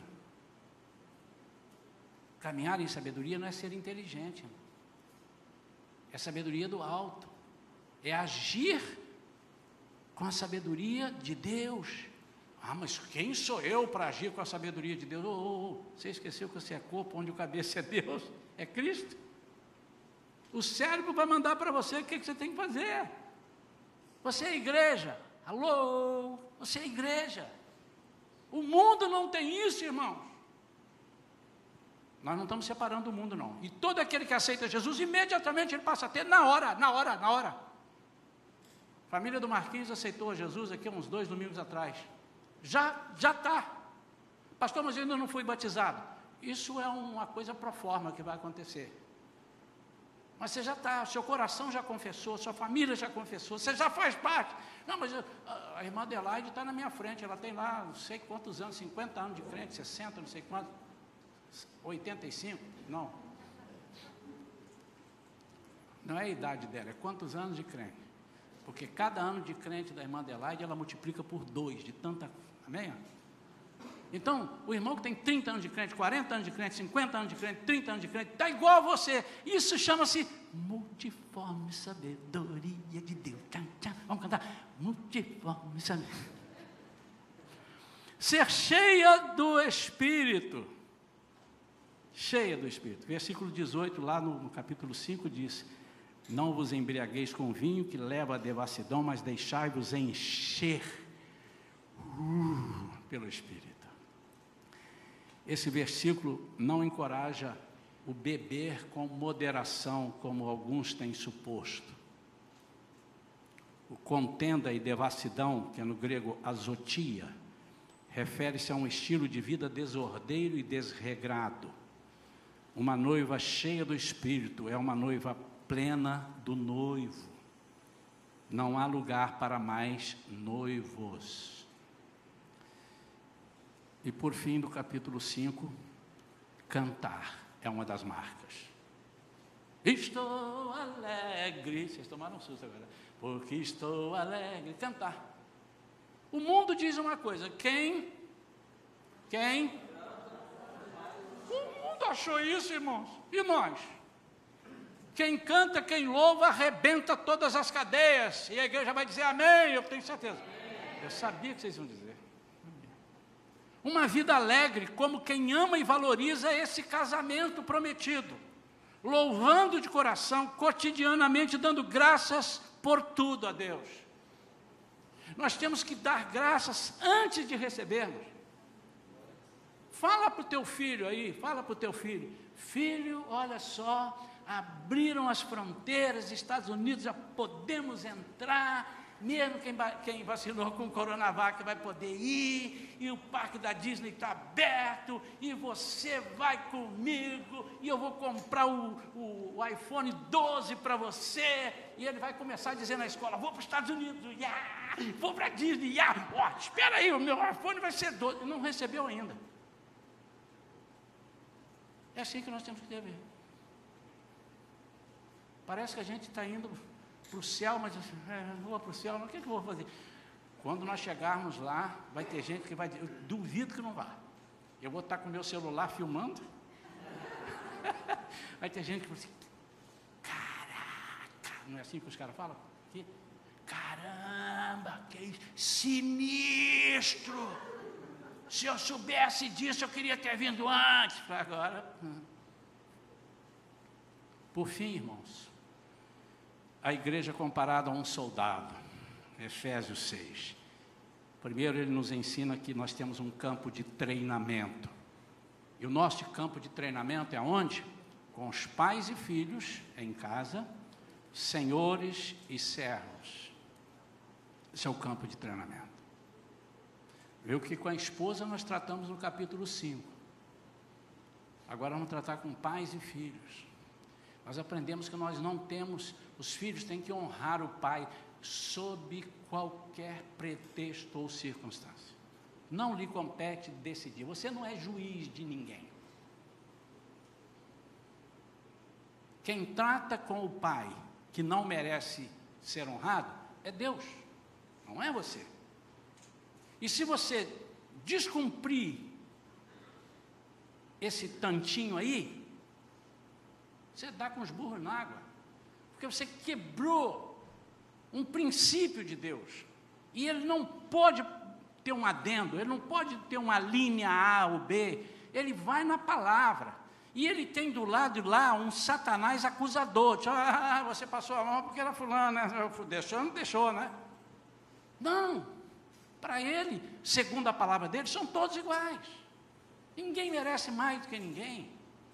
Caminhar em sabedoria não é ser inteligente, irmão. É sabedoria do alto. É agir com a sabedoria de Deus. Ah, mas quem sou eu para agir com a sabedoria de Deus? Você esqueceu que você é corpo, onde o cabeça é Deus? É Cristo? O cérebro vai mandar para você o que você tem que fazer. Você é igreja. Alô? Você é igreja. O mundo não tem isso, irmãos. Nós não estamos separando do mundo, não. E todo aquele que aceita Jesus, imediatamente ele passa a ter na hora. A família do Marquinhos aceitou Jesus aqui há uns 2 domingos atrás. Já está. Pastor, mas eu ainda não fui batizado. Isso é uma coisa pro forma que vai acontecer. Mas você já está, seu coração já confessou, sua família já confessou, você já faz parte. Não, mas a irmã Adelaide está na minha frente, ela tem lá não sei quantos anos, 50 anos de crente, 60, não sei quantos, 85, não. Não é a idade dela, é quantos anos de crente. Porque cada ano de crente da irmã Adelaide, ela multiplica por 2, de tanta... Amém? Então, o irmão que tem 30 anos de crente, 40 anos de crente, 50 anos de crente, 30 anos de crente, está igual a você. Isso chama-se multiforme sabedoria de Deus. Tcham, tcham. Vamos cantar? Multiforme sabedoria. Ser cheia do Espírito. Cheia do Espírito. Versículo 18, lá no capítulo 5, diz: não vos embriagueis com vinho que leva à devassidão, mas deixai-vos encher pelo Espírito. Esse versículo não encoraja o beber com moderação, como alguns têm suposto. O contenda e devassidão, que é no grego azotia, refere-se a um estilo de vida desordeiro e desregrado. Uma noiva cheia do Espírito é uma noiva plena do noivo. Não há lugar para mais noivos. E por fim, do capítulo 5, cantar é uma das marcas. Estou alegre, vocês tomaram um susto agora, porque estou alegre, cantar. O mundo diz uma coisa, quem? O mundo achou isso, irmãos, e nós? Quem canta, quem louva, arrebenta todas as cadeias, e a igreja vai dizer amém, eu tenho certeza. Eu sabia que vocês iam dizer. Uma vida alegre, como quem ama e valoriza esse casamento prometido, louvando de coração, cotidianamente, dando graças por tudo a Deus. Nós temos que dar graças antes de recebermos. Fala para o teu filho aí, filho, olha só, abriram as fronteiras, Estados Unidos, já podemos entrar, mesmo quem vacinou com o Coronavac vai poder ir, e o parque da Disney está aberto, e você vai comigo, e eu vou comprar o iPhone 12 para você, e ele vai começar a dizer na escola, vou para os Estados Unidos, vou para a Disney, espera aí, o meu iPhone vai ser 12, não recebeu ainda. É assim que nós temos que ver. Parece que a gente está indo para o céu, mas não vou para o céu, não, o que eu vou fazer? Quando nós chegarmos lá, vai ter gente que vai dizer, eu duvido que não vá. Eu vou estar com o meu celular filmando. Vai ter gente que vai dizer, caraca, não é assim que os caras falam? Aqui? Caramba, que isso? Sinistro! Se eu soubesse disso, eu queria ter vindo antes. Agora. Por fim, irmãos, a igreja comparada a um soldado. Efésios 6. Primeiro, ele nos ensina que nós temos um campo de treinamento. E o nosso campo de treinamento é onde? Com os pais e filhos em casa, senhores e servos. Esse é o campo de treinamento. Viu que com a esposa nós tratamos no capítulo 5. Agora vamos tratar com pais e filhos. Nós aprendemos que nós não temos, os filhos têm que honrar o pai sob qualquer pretexto ou circunstância. Não lhe compete decidir. Você não é juiz de ninguém. Quem trata com o pai que não merece ser honrado é Deus, não é você. E se você descumprir esse tantinho aí, você dá com os burros na água, porque você quebrou um princípio de Deus, e ele não pode ter um adendo, ele não pode ter uma linha A ou B, ele vai na palavra, e ele tem do lado de lá um Satanás acusador, você passou a mão porque era fulano, né? Deixou, não deixou, né? Não, para ele, segundo a palavra dele, são todos iguais, ninguém merece mais do que ninguém.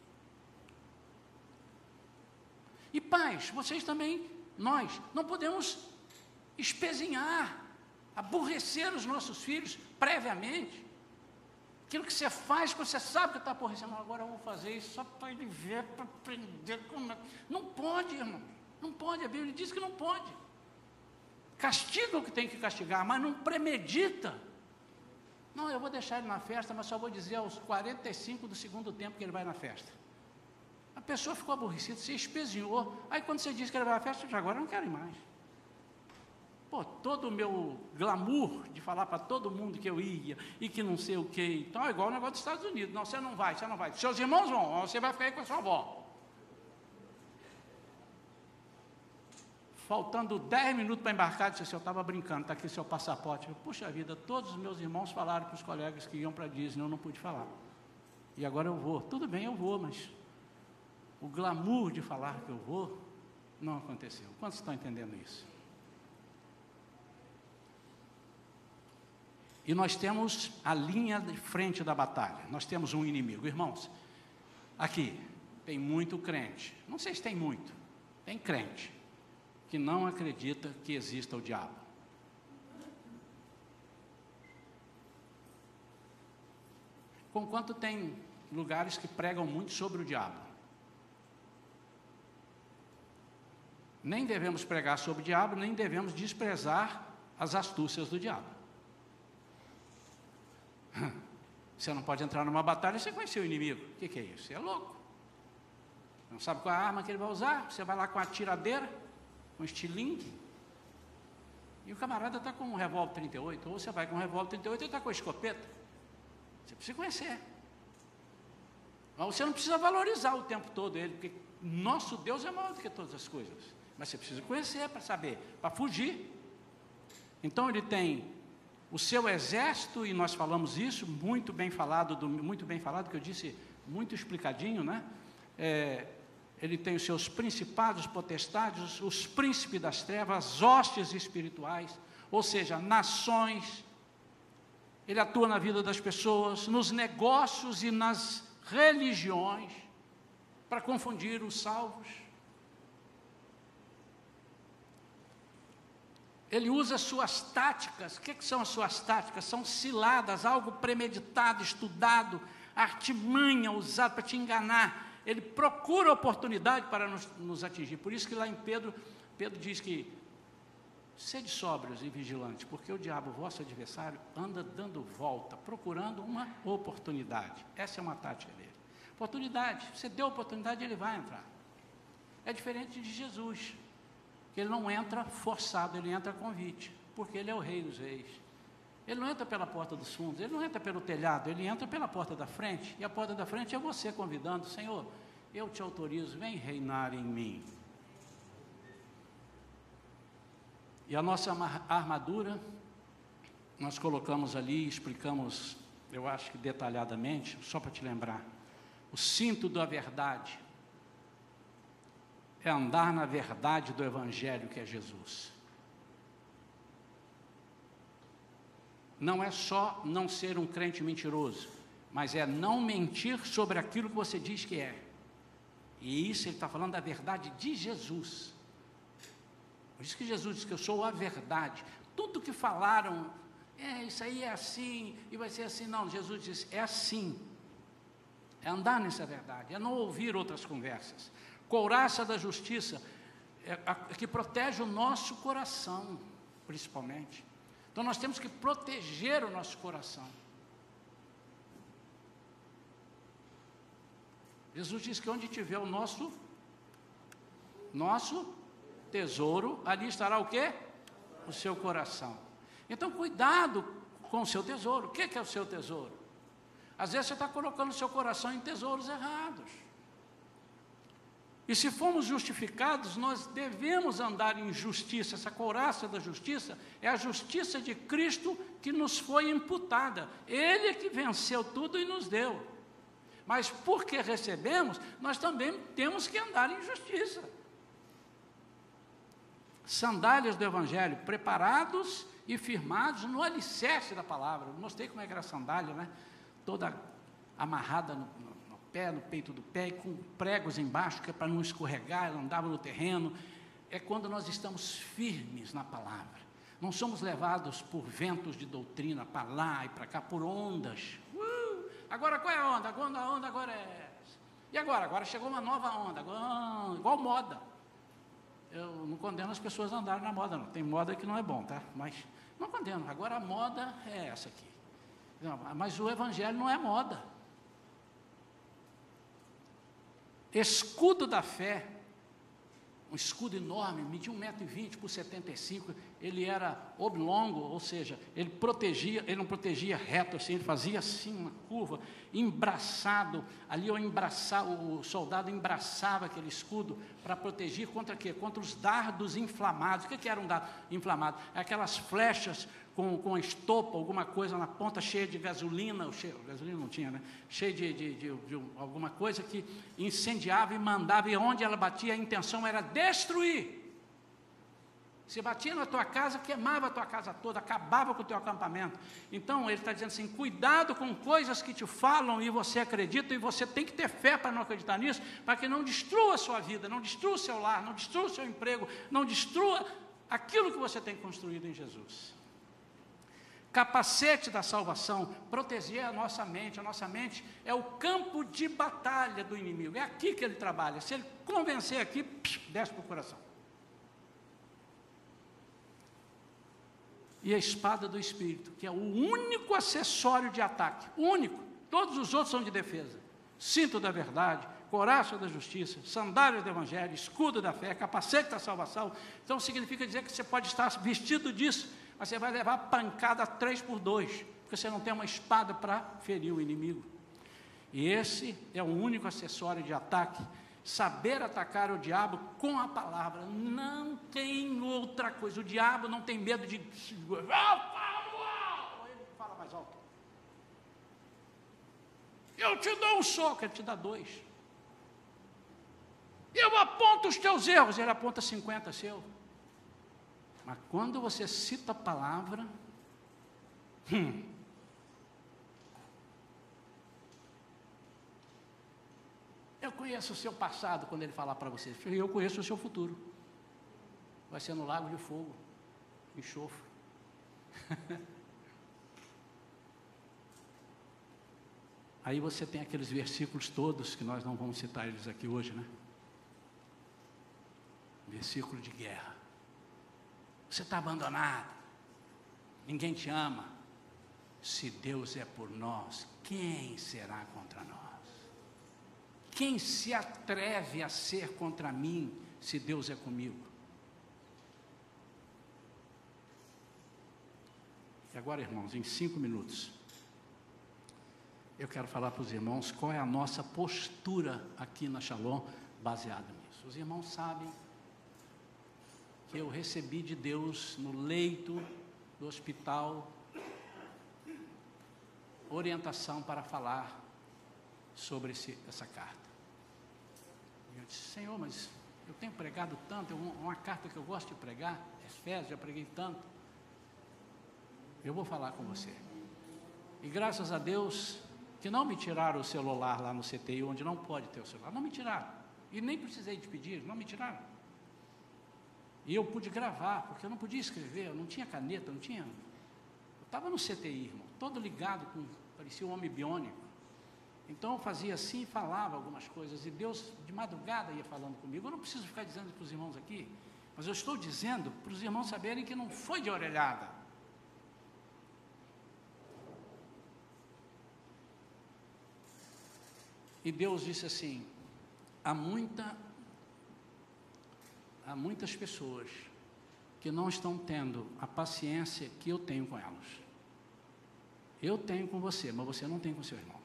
E pais, vocês também, nós, não podemos espezinhar, aborrecer os nossos filhos previamente. Aquilo que você faz, quando você sabe que está aborrecendo, agora eu vou fazer isso só para ele ver, para aprender como é. Não pode, irmão, não pode, a Bíblia diz que não pode. Castiga o que tem que castigar, mas não premedita. Não, eu vou deixar ele na festa, mas só vou dizer aos 45 do segundo tempo que ele vai na festa. A pessoa ficou aborrecida, se espezinhou. Aí quando você diz que ele vai à festa, agora eu não quero ir mais. Pô, todo o meu glamour de falar para todo mundo que eu ia e que não sei o que. Então é igual o negócio dos Estados Unidos. Não, você não vai, você não vai. Seus irmãos vão, você vai ficar aí com a sua avó. Faltando 10 minutos para embarcar, disse assim, eu estava brincando, está aqui seu passaporte. Eu, puxa vida, todos os meus irmãos falaram para os colegas que iam para a Disney, eu não pude falar. E agora eu vou. Tudo bem, eu vou, mas o glamour de falar que eu vou, não aconteceu. Quantos estão entendendo isso? E nós temos a linha de frente da batalha. Nós temos um inimigo. Irmãos, aqui tem muito crente. Não sei se tem muito. Tem crente que não acredita que exista o diabo. Conquanto tem lugares que pregam muito sobre o diabo. Nem devemos pregar sobre o diabo, nem devemos desprezar as astúcias do diabo. Você não pode entrar numa batalha sem conhecer o inimigo. O que é isso? Você é louco. Não sabe qual é a arma que ele vai usar? Você vai lá com a tiradeira, com estilingue, e o camarada está com um revólver 38, ou você vai com um revólver 38 e está com a escopeta. Você precisa conhecer. Mas você não precisa valorizar o tempo todo ele, porque nosso Deus é maior do que todas as coisas. Mas você precisa conhecer para saber, para fugir. Então ele tem o seu exército, e nós falamos isso, muito bem falado, que eu disse, muito explicadinho, né? Ele tem os seus principados, potestades, os príncipes das trevas, as hostes espirituais, ou seja, nações. Ele atua na vida das pessoas, nos negócios e nas religiões, para confundir os salvos. Ele usa suas táticas. O que são as suas táticas? São ciladas, algo premeditado, estudado, artimanha usada para te enganar. Ele procura oportunidade para nos atingir. Por isso que lá em Pedro diz que sede sóbrios e vigilantes, porque o diabo, vosso adversário, anda dando volta, procurando uma oportunidade. Essa é uma tática dele. Oportunidade, você deu oportunidade, ele vai entrar. É diferente de Jesus. que ele não entra forçado, ele entra a convite, porque ele é o Rei dos Reis. Ele não entra pela porta dos fundos, ele não entra pelo telhado, ele entra pela porta da frente, e a porta da frente é você convidando: Senhor, eu te autorizo, vem reinar em mim. E a nossa armadura, nós colocamos ali, explicamos, eu acho que detalhadamente, só para te lembrar: o cinto da verdade é andar na verdade do Evangelho, que é Jesus. Não é só não ser um crente mentiroso, mas é não mentir sobre aquilo que você diz que é. E isso ele está falando da verdade de Jesus. Por isso que Jesus diz que eu sou a verdade. Tudo que falaram, isso aí é assim, e vai ser assim. Não, Jesus diz, é assim. É andar nessa verdade, é não ouvir outras conversas. Couraça da justiça, que protege o nosso coração, principalmente. Então nós temos que proteger o nosso coração. Jesus diz que onde tiver o nosso tesouro, ali estará o quê? O seu coração. Então cuidado com o seu tesouro. O que é o seu tesouro? Às vezes você está colocando o seu coração em tesouros errados. E se formos justificados, nós devemos andar em justiça. Essa couraça da justiça é a justiça de Cristo que nos foi imputada. Ele é que venceu tudo e nos deu. Mas porque recebemos, nós também temos que andar em justiça. Sandálias do Evangelho, preparados e firmados no alicerce da palavra. Eu mostrei como é que era a sandália, né? Toda amarrada no pé, no peito do pé, e com pregos embaixo, que é para não escorregar, ela andava no terreno. É quando nós estamos firmes na palavra. Não somos levados por ventos de doutrina, para lá e para cá, por ondas. Agora qual é a onda? A onda agora é essa. E agora? Agora chegou uma nova onda, agora, igual moda. Eu não condeno as pessoas a andarem na moda, não. Tem moda que não é bom, tá? Mas não condeno. Agora a moda é essa aqui. Não, mas o Evangelho não é moda. Escudo da fé, um escudo enorme, media 1,20 m por 75 m, ele era oblongo, ou seja, ele não protegia reto assim, ele fazia assim uma curva, embraçado, ali o soldado embraçava aquele escudo para proteger contra quê? Contra os dardos inflamados. O que era um dardo inflamado? É aquelas flechas com estopa, alguma coisa na ponta, cheia de gasolina, gasolina não tinha, né? Cheia de alguma coisa que incendiava e mandava, e onde ela batia, a intenção era destruir. Se batia na tua casa, queimava a tua casa toda, acabava com o teu acampamento. Então ele está dizendo assim, cuidado com coisas que te falam e você acredita, e você tem que ter fé para não acreditar nisso, para que não destrua a sua vida, não destrua o seu lar, não destrua o seu emprego, não destrua aquilo que você tem construído em Jesus. Capacete da salvação, proteger a nossa mente é o campo de batalha do inimigo, é aqui que ele trabalha. Se ele convencer aqui, desce para o coração. E a espada do Espírito, que é o único acessório de ataque, único, todos os outros são de defesa. Cinto da verdade, couraça da justiça, sandália do Evangelho, escudo da fé, capacete da salvação. Então significa dizer que você pode estar vestido disso, mas você vai levar pancada 3x2, porque você não tem uma espada para ferir o inimigo. E esse é o único acessório de ataque. Saber atacar o diabo com a palavra, não tem outra coisa. O diabo não tem medo de... Ele fala mais alto. Eu te dou um soco, ele te dá 2. Eu aponto os teus erros, ele aponta 50 seu. Mas quando você cita a palavra, eu conheço o seu passado, quando ele falar para você, eu conheço o seu futuro. Vai ser no lago de fogo, enxofre. Aí você tem aqueles versículos todos, que nós não vamos citar eles aqui hoje, né? Versículo de guerra. Você está abandonado, ninguém te ama. Se Deus é por nós, quem será contra nós? Quem se atreve a ser contra mim, se Deus é comigo? E agora, irmãos, em 5 minutos, eu quero falar para os irmãos qual é a nossa postura aqui na Shalom, baseada nisso. Os irmãos sabem que eu recebi de Deus, no leito do hospital, orientação para falar sobre essa carta. Eu disse: Senhor, mas eu tenho pregado tanto, é uma carta que eu gosto de pregar, Efésios, já preguei tanto. Eu vou falar com você. E graças a Deus que não me tiraram o celular lá no CTI, onde não pode ter o celular. Não me tiraram. E nem precisei de pedir, não me tiraram. E eu pude gravar, porque eu não podia escrever, eu não tinha caneta, não tinha. Eu estava no CTI, irmão, todo ligado, parecia um homem biônico. Então eu fazia assim e falava algumas coisas, e Deus de madrugada ia falando comigo. Eu não preciso ficar dizendo para os irmãos aqui, mas eu estou dizendo para os irmãos saberem que não foi de orelhada. E Deus disse assim: há muitas pessoas que não estão tendo a paciência que eu tenho com elas. Eu tenho com você, mas você não tem com seu irmão.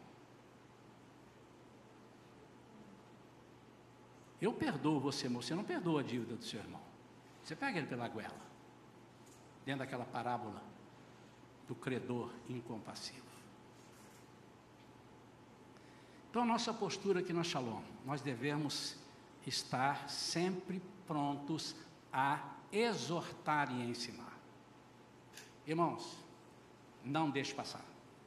Eu perdoo você, mas você não perdoa a dívida do seu irmão. Você pega ele pela goela, dentro daquela parábola do credor incompassivo. Então, a nossa postura aqui na Shalom, nós devemos estar sempre prontos a exortar e ensinar. Irmãos, não deixe passar.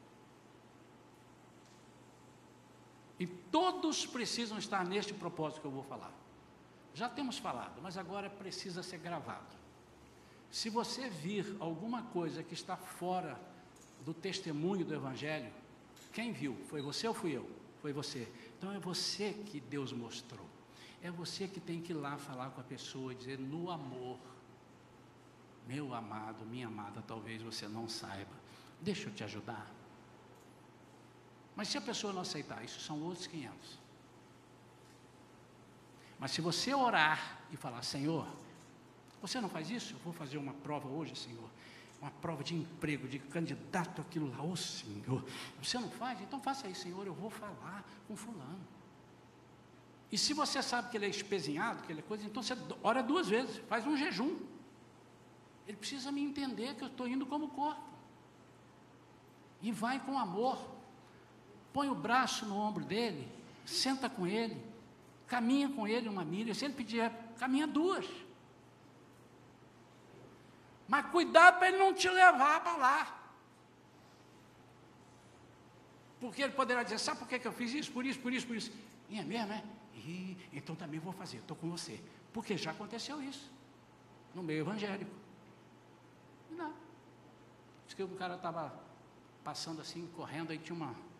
E todos precisam estar neste propósito que eu vou falar. Já temos falado, mas agora precisa ser gravado. Se você vir alguma coisa que está fora do testemunho do Evangelho, quem viu? Foi você ou fui eu? Foi você. Então é você que Deus mostrou. É você que tem que ir lá falar com a pessoa e dizer no amor: meu amado, minha amada, talvez você não saiba, deixa eu te ajudar. Mas se a pessoa não aceitar, isso são outros 500. Mas se você orar e falar: Senhor, você não faz isso? Eu vou fazer uma prova hoje, Senhor. Uma prova de emprego, de candidato àquilo lá. Ô Senhor, você não faz? Então faça isso, Senhor, eu vou falar com fulano. E se você sabe que ele é espezinhado, que ele é coisa, então você ora 2 vezes, faz um jejum. Ele precisa me entender que eu estou indo como corpo. E vai com amor. Põe o braço no ombro dele, senta com ele, caminha com ele 1 milha. Se ele pedir, caminha 2. Mas cuidado para ele não te levar para lá. Porque ele poderá dizer: sabe por que eu fiz isso? Por isso. E é mesmo, é? Então também vou fazer, estou com você. Porque já aconteceu isso, no meio evangélico. Não. Diz que um cara estava passando assim, correndo, aí tinha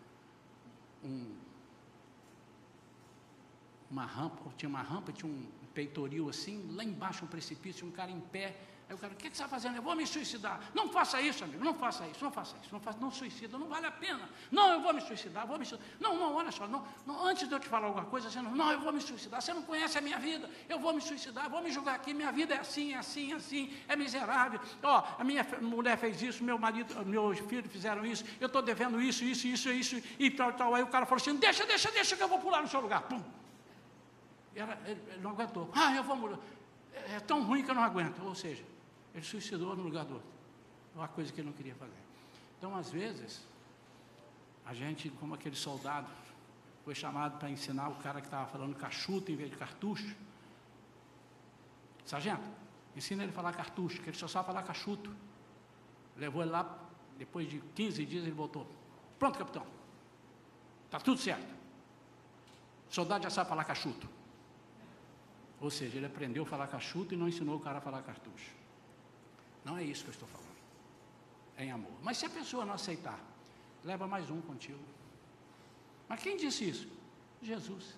uma rampa, tinha um peitoril assim, lá embaixo um precipício, um cara em pé. Aí o cara: o que você está fazendo? Eu vou me suicidar. Não faça isso, amigo, não suicida, não vale a pena. Não, eu vou me suicidar, Não, olha só, não, antes de eu te falar alguma coisa, você não, eu vou me suicidar, você não conhece a minha vida, eu vou me suicidar, vou me julgar aqui, minha vida é assim, é miserável. Ó, a minha mulher fez isso, meu marido, meus filhos fizeram isso, eu estou devendo isso, e tal. Aí o cara falou assim: deixa que eu vou pular no seu lugar. Pum. Ele não aguentou. Eu vou mudar. É tão ruim que eu não aguento. Ou seja, ele suicidou no lugar do outro. Uma coisa que ele não queria fazer. Então, às vezes, a gente, como aquele soldado, foi chamado para ensinar o cara que estava falando cachuto em vez de cartucho. Sargento, ensina ele a falar cartucho, que ele só sabe falar cachuto. Levou ele lá, depois de 15 dias ele voltou: pronto, capitão, está tudo certo. O soldado já sabe falar cachuto. Ou seja, ele aprendeu a falar cachuto e não ensinou o cara a falar cartucho. Não é isso que eu estou falando. É em amor. Mas se a pessoa não aceitar, leva mais um contigo. Mas quem disse isso? Jesus.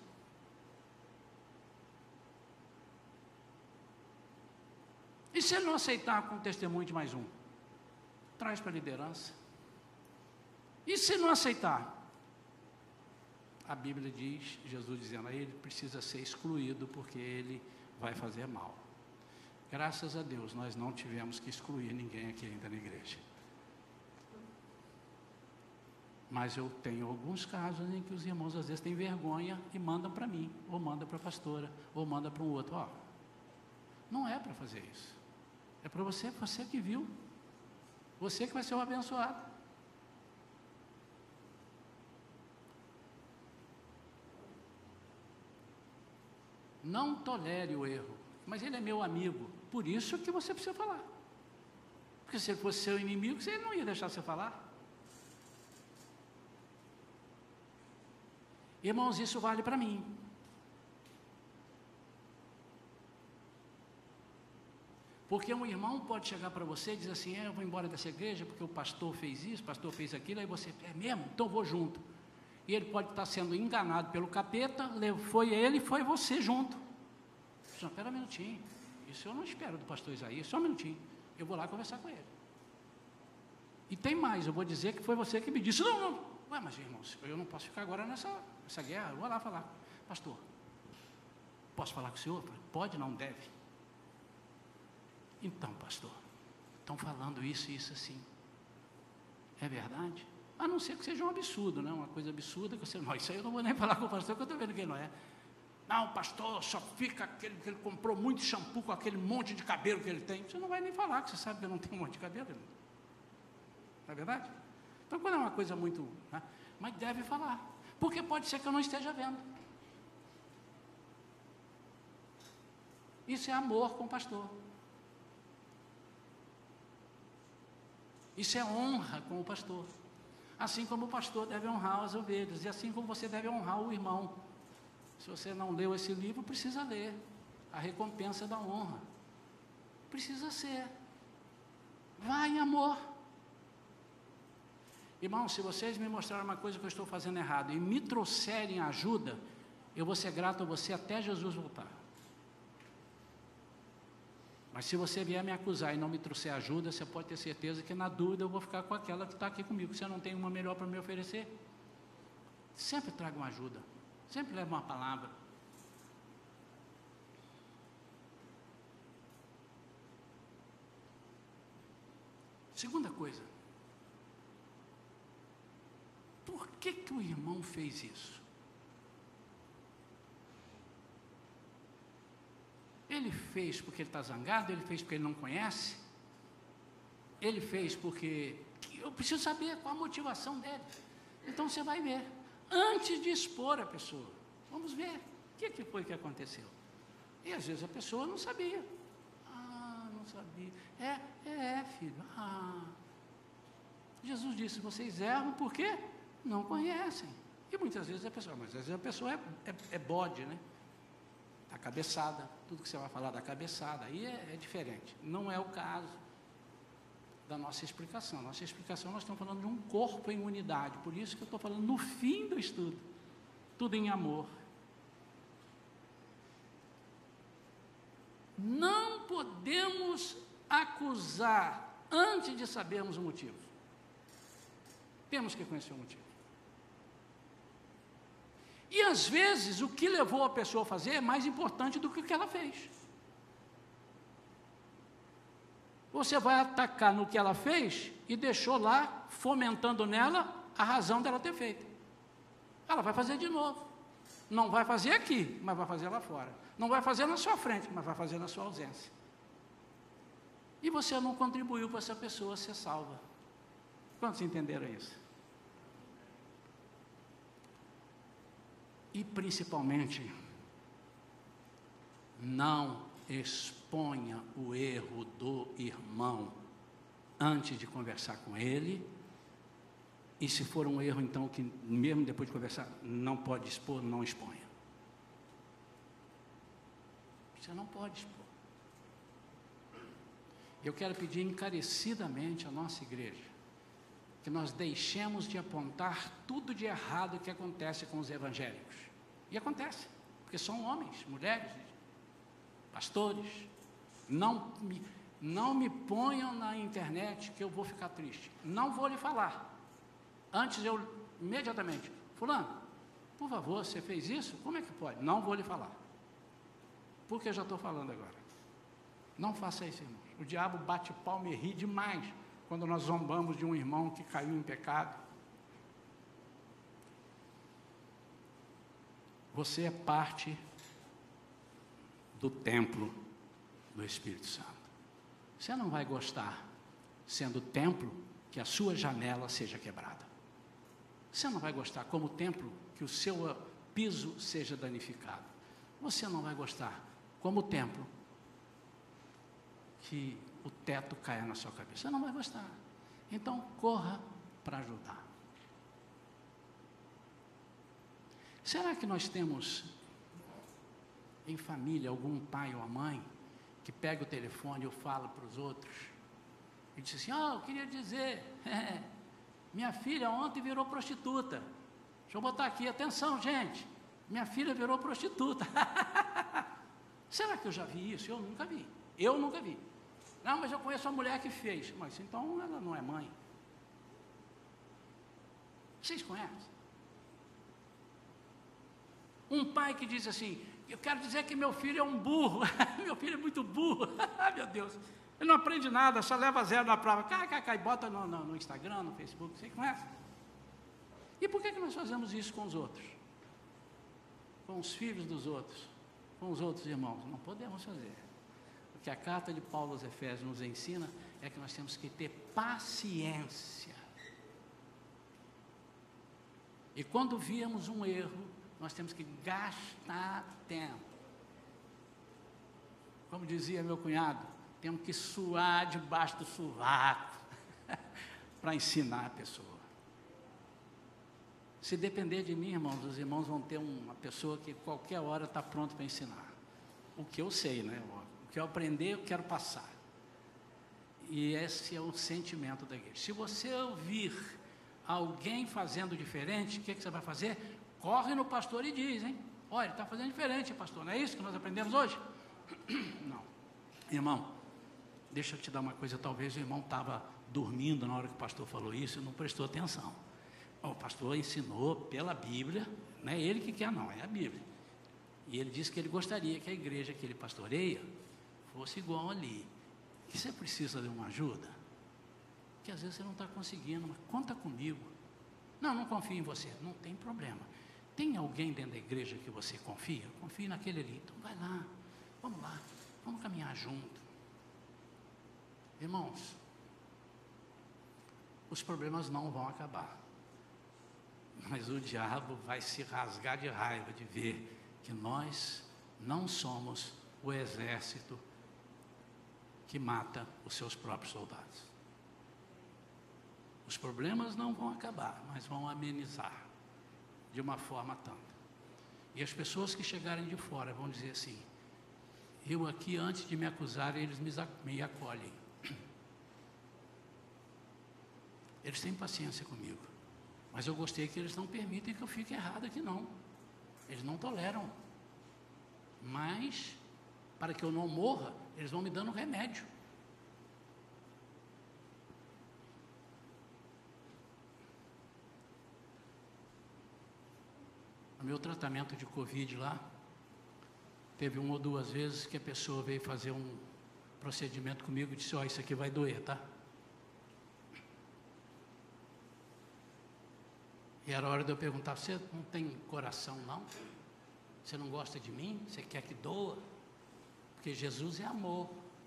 E se ele não aceitar com o testemunho de mais um? Traz para a liderança. E se não aceitar? A Bíblia diz, Jesus dizendo: ele precisa ser excluído porque ele vai fazer mal. Graças a Deus, nós não tivemos que excluir ninguém aqui ainda na igreja. Mas eu tenho alguns casos em que os irmãos às vezes têm vergonha e mandam para mim, ou mandam para a pastora, ou mandam para um outro. Ó, não é para fazer isso. É para você que viu. Você que vai ser o abençoado. Não tolere o erro. Mas ele é meu amigo. Por isso que você precisa falar. Porque se ele fosse seu inimigo, ele não ia deixar você falar. Irmãos, isso vale para mim. Porque um irmão pode chegar para você e dizer assim, eu vou embora dessa igreja porque o pastor fez isso, o pastor fez aquilo, aí você, é mesmo? Então vou junto. E ele pode estar sendo enganado pelo capeta, foi ele e foi você junto. Não, espera um minutinho, isso eu não espero do pastor Isaías, só um minutinho, eu vou lá conversar com ele. E tem mais, eu vou dizer que foi você que me disse, não, ué, mas irmãos, eu não posso ficar agora nessa guerra, eu vou lá falar, pastor, posso falar com o senhor? Pode, não deve. Então, pastor, estão falando isso e isso assim, é verdade? A não ser que seja um absurdo, né? Uma coisa absurda, que você, não, isso aí eu não vou nem falar com o pastor, que eu estou vendo que não é. Não, pastor, só fica aquele que ele comprou muito shampoo com aquele monte de cabelo que ele tem. Você não vai nem falar, que você sabe que eu não tenho um monte de cabelo. Não é verdade? Então, quando é uma coisa muito... Né? Mas deve falar, porque pode ser que eu não esteja vendo. Isso é amor com o pastor. Isso é honra com o pastor. Assim como o pastor deve honrar as ovelhas, e assim como você deve honrar o irmão. Se você não leu esse livro, precisa ler. A recompensa da honra. Precisa ser. Vai em amor. Irmão, se vocês me mostrarem uma coisa que eu estou fazendo errado e me trouxerem ajuda, eu vou ser grato a você até Jesus voltar. Mas se você vier me acusar e não me trouxer ajuda, você pode ter certeza que na dúvida eu vou ficar com aquela que está aqui comigo. Você não tem uma melhor para me oferecer? Sempre traga uma ajuda. Sempre leva uma palavra. Segunda coisa. Por que o irmão fez isso? Ele fez porque ele está zangado? Ele fez porque ele não conhece? Ele fez porque... Eu preciso saber qual a motivação dele. Então você vai ver. Antes de expor a pessoa, vamos ver o que foi que aconteceu. E às vezes a pessoa não sabia. Ah, não sabia. Filho. Jesus disse, vocês erram porque não conhecem. E muitas vezes a pessoa, mas às vezes a pessoa é bode, né? A cabeçada, tudo que você vai falar da cabeçada, aí é diferente. Não é o caso da nossa explicação. Nossa explicação, nós estamos falando de um corpo em unidade, por isso que eu estou falando no fim do estudo, tudo em amor. Não podemos acusar antes de sabermos o motivo. Temos que conhecer o motivo. E às vezes o que levou a pessoa a fazer é mais importante do que o que ela fez. Você vai atacar no que ela fez e deixou lá, fomentando nela, a razão dela ter feito. Ela vai fazer de novo. Não vai fazer aqui, mas vai fazer lá fora. Não vai fazer na sua frente, mas vai fazer na sua ausência. E você não contribuiu para essa pessoa ser salva. Quantos entenderam isso? E principalmente, não exponha o erro do irmão antes de conversar com ele. E se for um erro, então, que mesmo depois de conversar, não pode expor, não exponha. Você não pode expor. Eu quero pedir encarecidamente à nossa igreja que nós deixemos de apontar tudo de errado que acontece com os evangélicos. E acontece, porque são homens, mulheres, pastores. Não me ponham na internet que eu vou ficar triste. Não vou lhe falar. Antes eu, imediatamente, fulano, por favor, você fez isso? Como é que pode? Não vou lhe falar. Porque eu já estou falando agora. Não faça isso, irmãos. O diabo bate palma e ri demais quando nós zombamos de um irmão que caiu em pecado. Você é parte do templo do Espírito Santo. Você não vai gostar, sendo templo, que a sua janela seja quebrada. Você não vai gostar, como templo, que o seu piso seja danificado. Você não vai gostar, como templo, que o teto caia na sua cabeça. Você não vai gostar. Então, corra para ajudar. Será que nós temos em família algum pai ou mãe que pega o telefone ou fala para os outros e diz assim: eu queria dizer, minha filha ontem virou prostituta. Deixa eu botar aqui, atenção, gente, minha filha virou prostituta. Será que eu já vi isso? Eu nunca vi. Não, mas eu conheço uma mulher que fez. Mas então ela não é mãe. Vocês conhecem? Um pai que diz assim: eu quero dizer que meu filho é um burro. Meu filho é muito burro. Meu Deus, ele não aprende nada, só leva zero na prova. E bota no Instagram, no Facebook. Você conhece? E por que nós fazemos isso com os outros? Com os filhos dos outros? Com os outros irmãos? Não podemos fazer. O que a carta de Paulo aos Efésios nos ensina é que nós temos que ter paciência. E quando víamos um erro, nós temos que gastar tempo. Como dizia meu cunhado, temos que suar debaixo do sovaco para ensinar a pessoa. Se depender de mim, irmãos, os irmãos vão ter uma pessoa que qualquer hora está pronto para ensinar. O que eu sei, né? O que eu aprender, eu quero passar. E esse é o sentimento da igreja. Se você ouvir alguém fazendo diferente, o que você vai fazer? Corre no pastor e diz, hein? Olha, ele está fazendo diferente, pastor. Não é isso que nós aprendemos hoje? Não. Irmão, deixa eu te dar uma coisa. Talvez o irmão estava dormindo na hora que o pastor falou isso e não prestou atenção. O pastor ensinou pela Bíblia, não é ele que quer não, é a Bíblia. E ele disse que ele gostaria que a igreja que ele pastoreia fosse igual ali. Que você precisa de uma ajuda? Que às vezes você não está conseguindo, mas conta comigo. Não confio em você, não tem problema. Tem alguém dentro da igreja que você confia? Confie naquele ali. Então vai lá, vamos caminhar junto. Irmãos, os problemas não vão acabar. Mas o diabo vai se rasgar de raiva de ver que nós não somos o exército que mata os seus próprios soldados. Os problemas não vão acabar, mas vão amenizar de uma forma tanta. E as pessoas que chegarem de fora vão dizer assim: eu aqui, antes de me acusarem, eles me acolhem. Eles têm paciência comigo. Mas eu gostei que eles não permitem que eu fique errado aqui, não. Eles não toleram. Mas, para que eu não morra, eles vão me dando remédio. No meu tratamento de Covid lá, teve 1 ou 2 vezes que a pessoa veio fazer um procedimento comigo e disse: isso aqui vai doer, tá? E era hora de eu perguntar: você não tem coração, não? Você não gosta de mim? Você quer que doa? Porque Jesus é amor.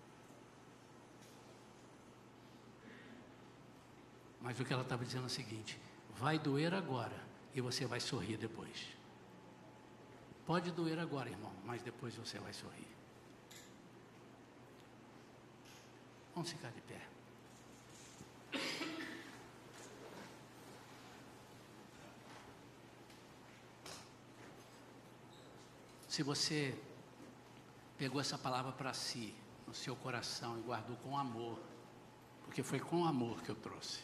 Mas o que ela estava dizendo é o seguinte: vai doer agora e você vai sorrir depois. Pode doer agora, irmão, mas depois você vai sorrir. Vamos ficar de pé. Se você pegou essa palavra para si, no seu coração, e guardou com amor, porque foi com amor que eu trouxe,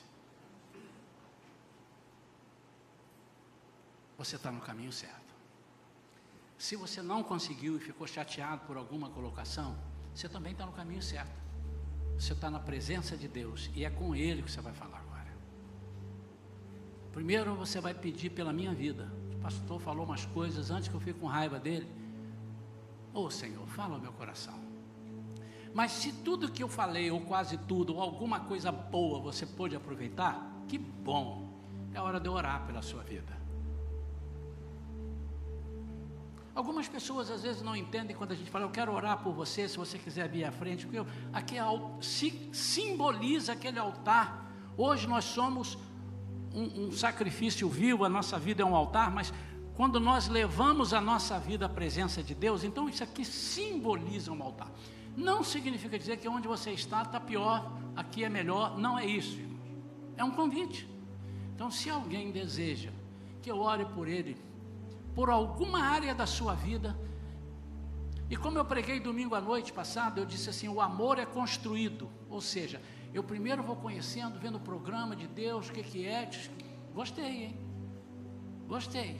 você está no caminho certo. Se você não conseguiu e ficou chateado por alguma colocação, você também está no caminho certo. Você está na presença de Deus e é com Ele que você vai falar agora. Primeiro você vai pedir pela minha vida. O pastor falou umas coisas antes que eu fique com raiva dele. Senhor, fala ao meu coração. Mas se tudo que eu falei, ou quase tudo, ou alguma coisa boa você pôde aproveitar, que bom. É hora de orar pela sua vida. Algumas pessoas às vezes não entendem quando a gente fala, eu quero orar por você, se você quiser vir à frente, porque aqui simboliza aquele altar. Hoje nós somos um sacrifício vivo, a nossa vida é um altar, mas quando nós levamos a nossa vida à presença de Deus, então isso aqui simboliza um altar. Não significa dizer que onde você está pior, aqui é melhor, não é isso, irmãos. É um convite. Então, se alguém deseja que eu ore por ele, por alguma área da sua vida, e como eu preguei domingo à noite passado, eu disse assim, o amor é construído, ou seja, eu primeiro vou conhecendo, vendo o programa de Deus, o que é, gostei, hein? Gostei.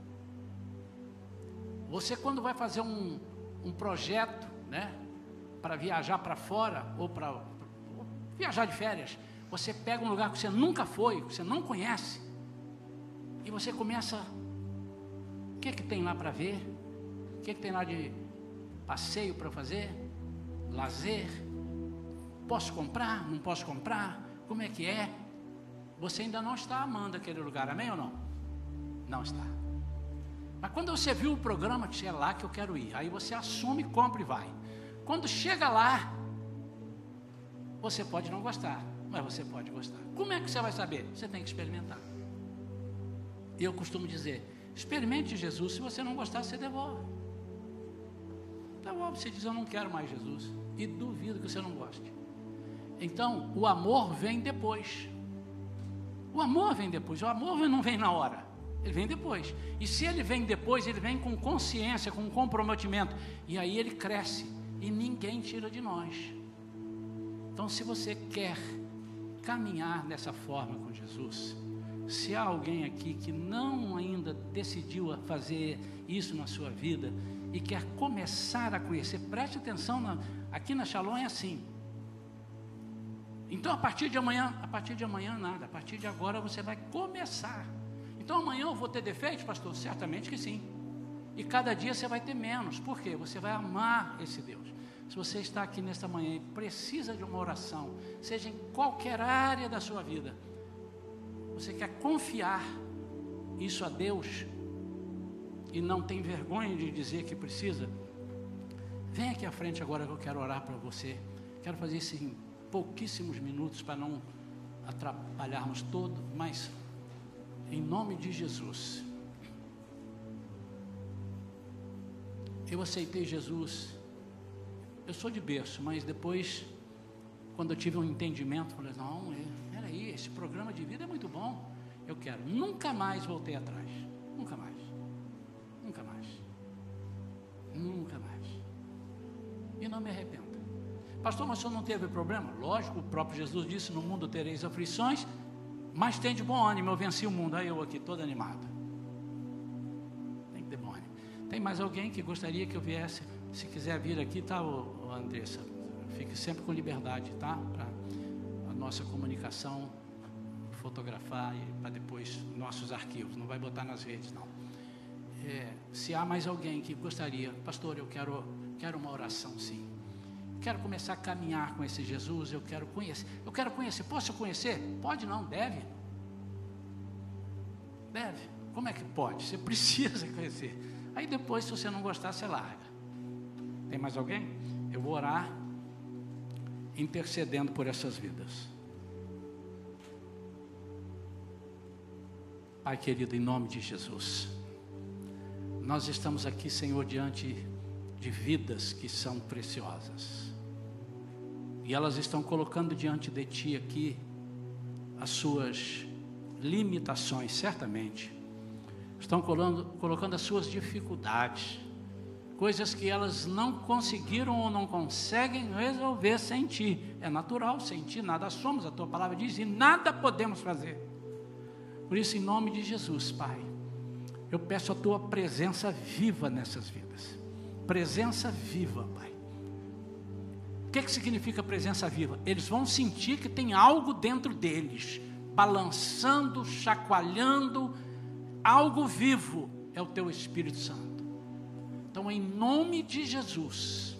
Você quando vai fazer um projeto, né, para viajar para fora, ou para viajar de férias, você pega um lugar que você nunca foi, que você não conhece, e você começa, o que tem lá para ver? O que tem lá de passeio para fazer? Lazer? Posso comprar? Não posso comprar? Como é que é? Você ainda não está amando aquele lugar, amém ou não? Não está. Mas quando você viu o programa, que é lá que eu quero ir, aí você assume, compra e vai. Quando chega lá, você pode não gostar, mas você pode gostar. Como é que você vai saber? Você tem que experimentar. Eu costumo dizer, experimente Jesus, se você não gostar, você devolve. Devolve, você diz, eu não quero mais Jesus, e duvido que você não goste. Então, o amor vem depois. O amor vem depois, o amor não vem na hora, ele vem depois. E se ele vem depois, ele vem com consciência, com comprometimento, e aí ele cresce, e ninguém tira de nós. Então, se você quer caminhar dessa forma com Jesus, se há alguém aqui que não ainda decidiu a fazer isso na sua vida e quer começar a conhecer, preste atenção, aqui na Shalom é assim. Então a partir de amanhã nada, a partir de agora você vai começar. Então amanhã eu vou ter defeitos, pastor? Certamente que sim. E cada dia você vai ter menos. Por quê? Você vai amar esse Deus. Se você está aqui nesta manhã e precisa de uma oração, seja em qualquer área da sua vida, você quer confiar isso a Deus e não tem vergonha de dizer que precisa, vem aqui à frente agora que eu quero orar para você. Quero fazer isso em pouquíssimos minutos para não atrapalharmos todo, mas em nome de Jesus, eu aceitei Jesus. Eu sou de berço, mas depois, quando eu tive um entendimento, falei, não, peraí, esse programa de vida é muito bom, eu quero. Nunca mais voltei atrás, nunca mais, nunca mais, nunca mais, e não me arrependo. Pastor, mas o senhor não teve problema? Lógico, o próprio Jesus disse, no mundo tereis aflições, mas tem de bom ânimo, eu venci o mundo. Aí eu aqui, todo animado. Tem que ter bom ânimo. Tem mais alguém que gostaria que eu viesse? Se quiser vir aqui, tá, ô Andressa? Fique sempre com liberdade, tá? Para a nossa comunicação, fotografar e para depois nossos arquivos. Não vai botar nas redes, não. Se há mais alguém que gostaria, pastor, eu quero uma oração, sim. Quero começar a caminhar com esse Jesus, eu quero conhecer, posso conhecer? Pode não, deve. Como é que pode? Você precisa conhecer. Aí depois, se você não gostar, você larga. Tem mais alguém? Eu vou orar intercedendo por essas vidas. Pai querido, em nome de Jesus, nós estamos aqui, Senhor, diante de vidas que são preciosas, e elas estão colocando diante de Ti aqui as suas limitações, certamente, estão colocando as suas dificuldades, coisas que elas não conseguiram ou não conseguem resolver sem Ti. É natural, sem Ti nada somos, a Tua palavra diz, e nada podemos fazer. Por isso, em nome de Jesus, Pai, eu peço a Tua presença viva nessas vidas. Presença viva, Pai. O que significa presença viva? Eles vão sentir que tem algo dentro deles, balançando, chacoalhando, algo vivo, é o Teu Espírito Santo. Então, em nome de Jesus,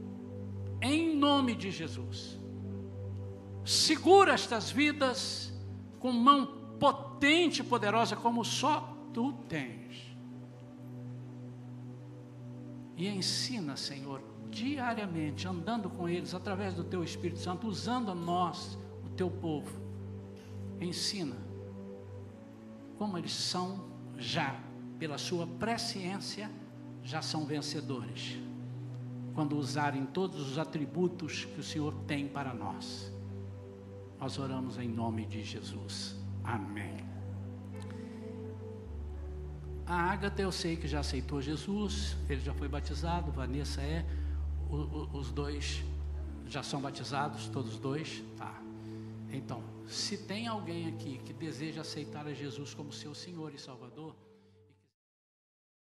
segura estas vidas com mão potente e poderosa, como só Tu tens. E ensina, Senhor, diariamente, andando com eles, através do Teu Espírito Santo, usando a nós, o Teu povo. Ensina como eles são já, pela sua presciência, já são vencedores, quando usarem todos os atributos que o Senhor tem para nós. Nós oramos em nome de Jesus. Amém. A Ágata, eu sei que já aceitou Jesus, ele já foi batizado, Vanessa é, os dois já são batizados, todos dois, tá. Então, se tem alguém aqui que deseja aceitar a Jesus como seu Senhor e Salvador,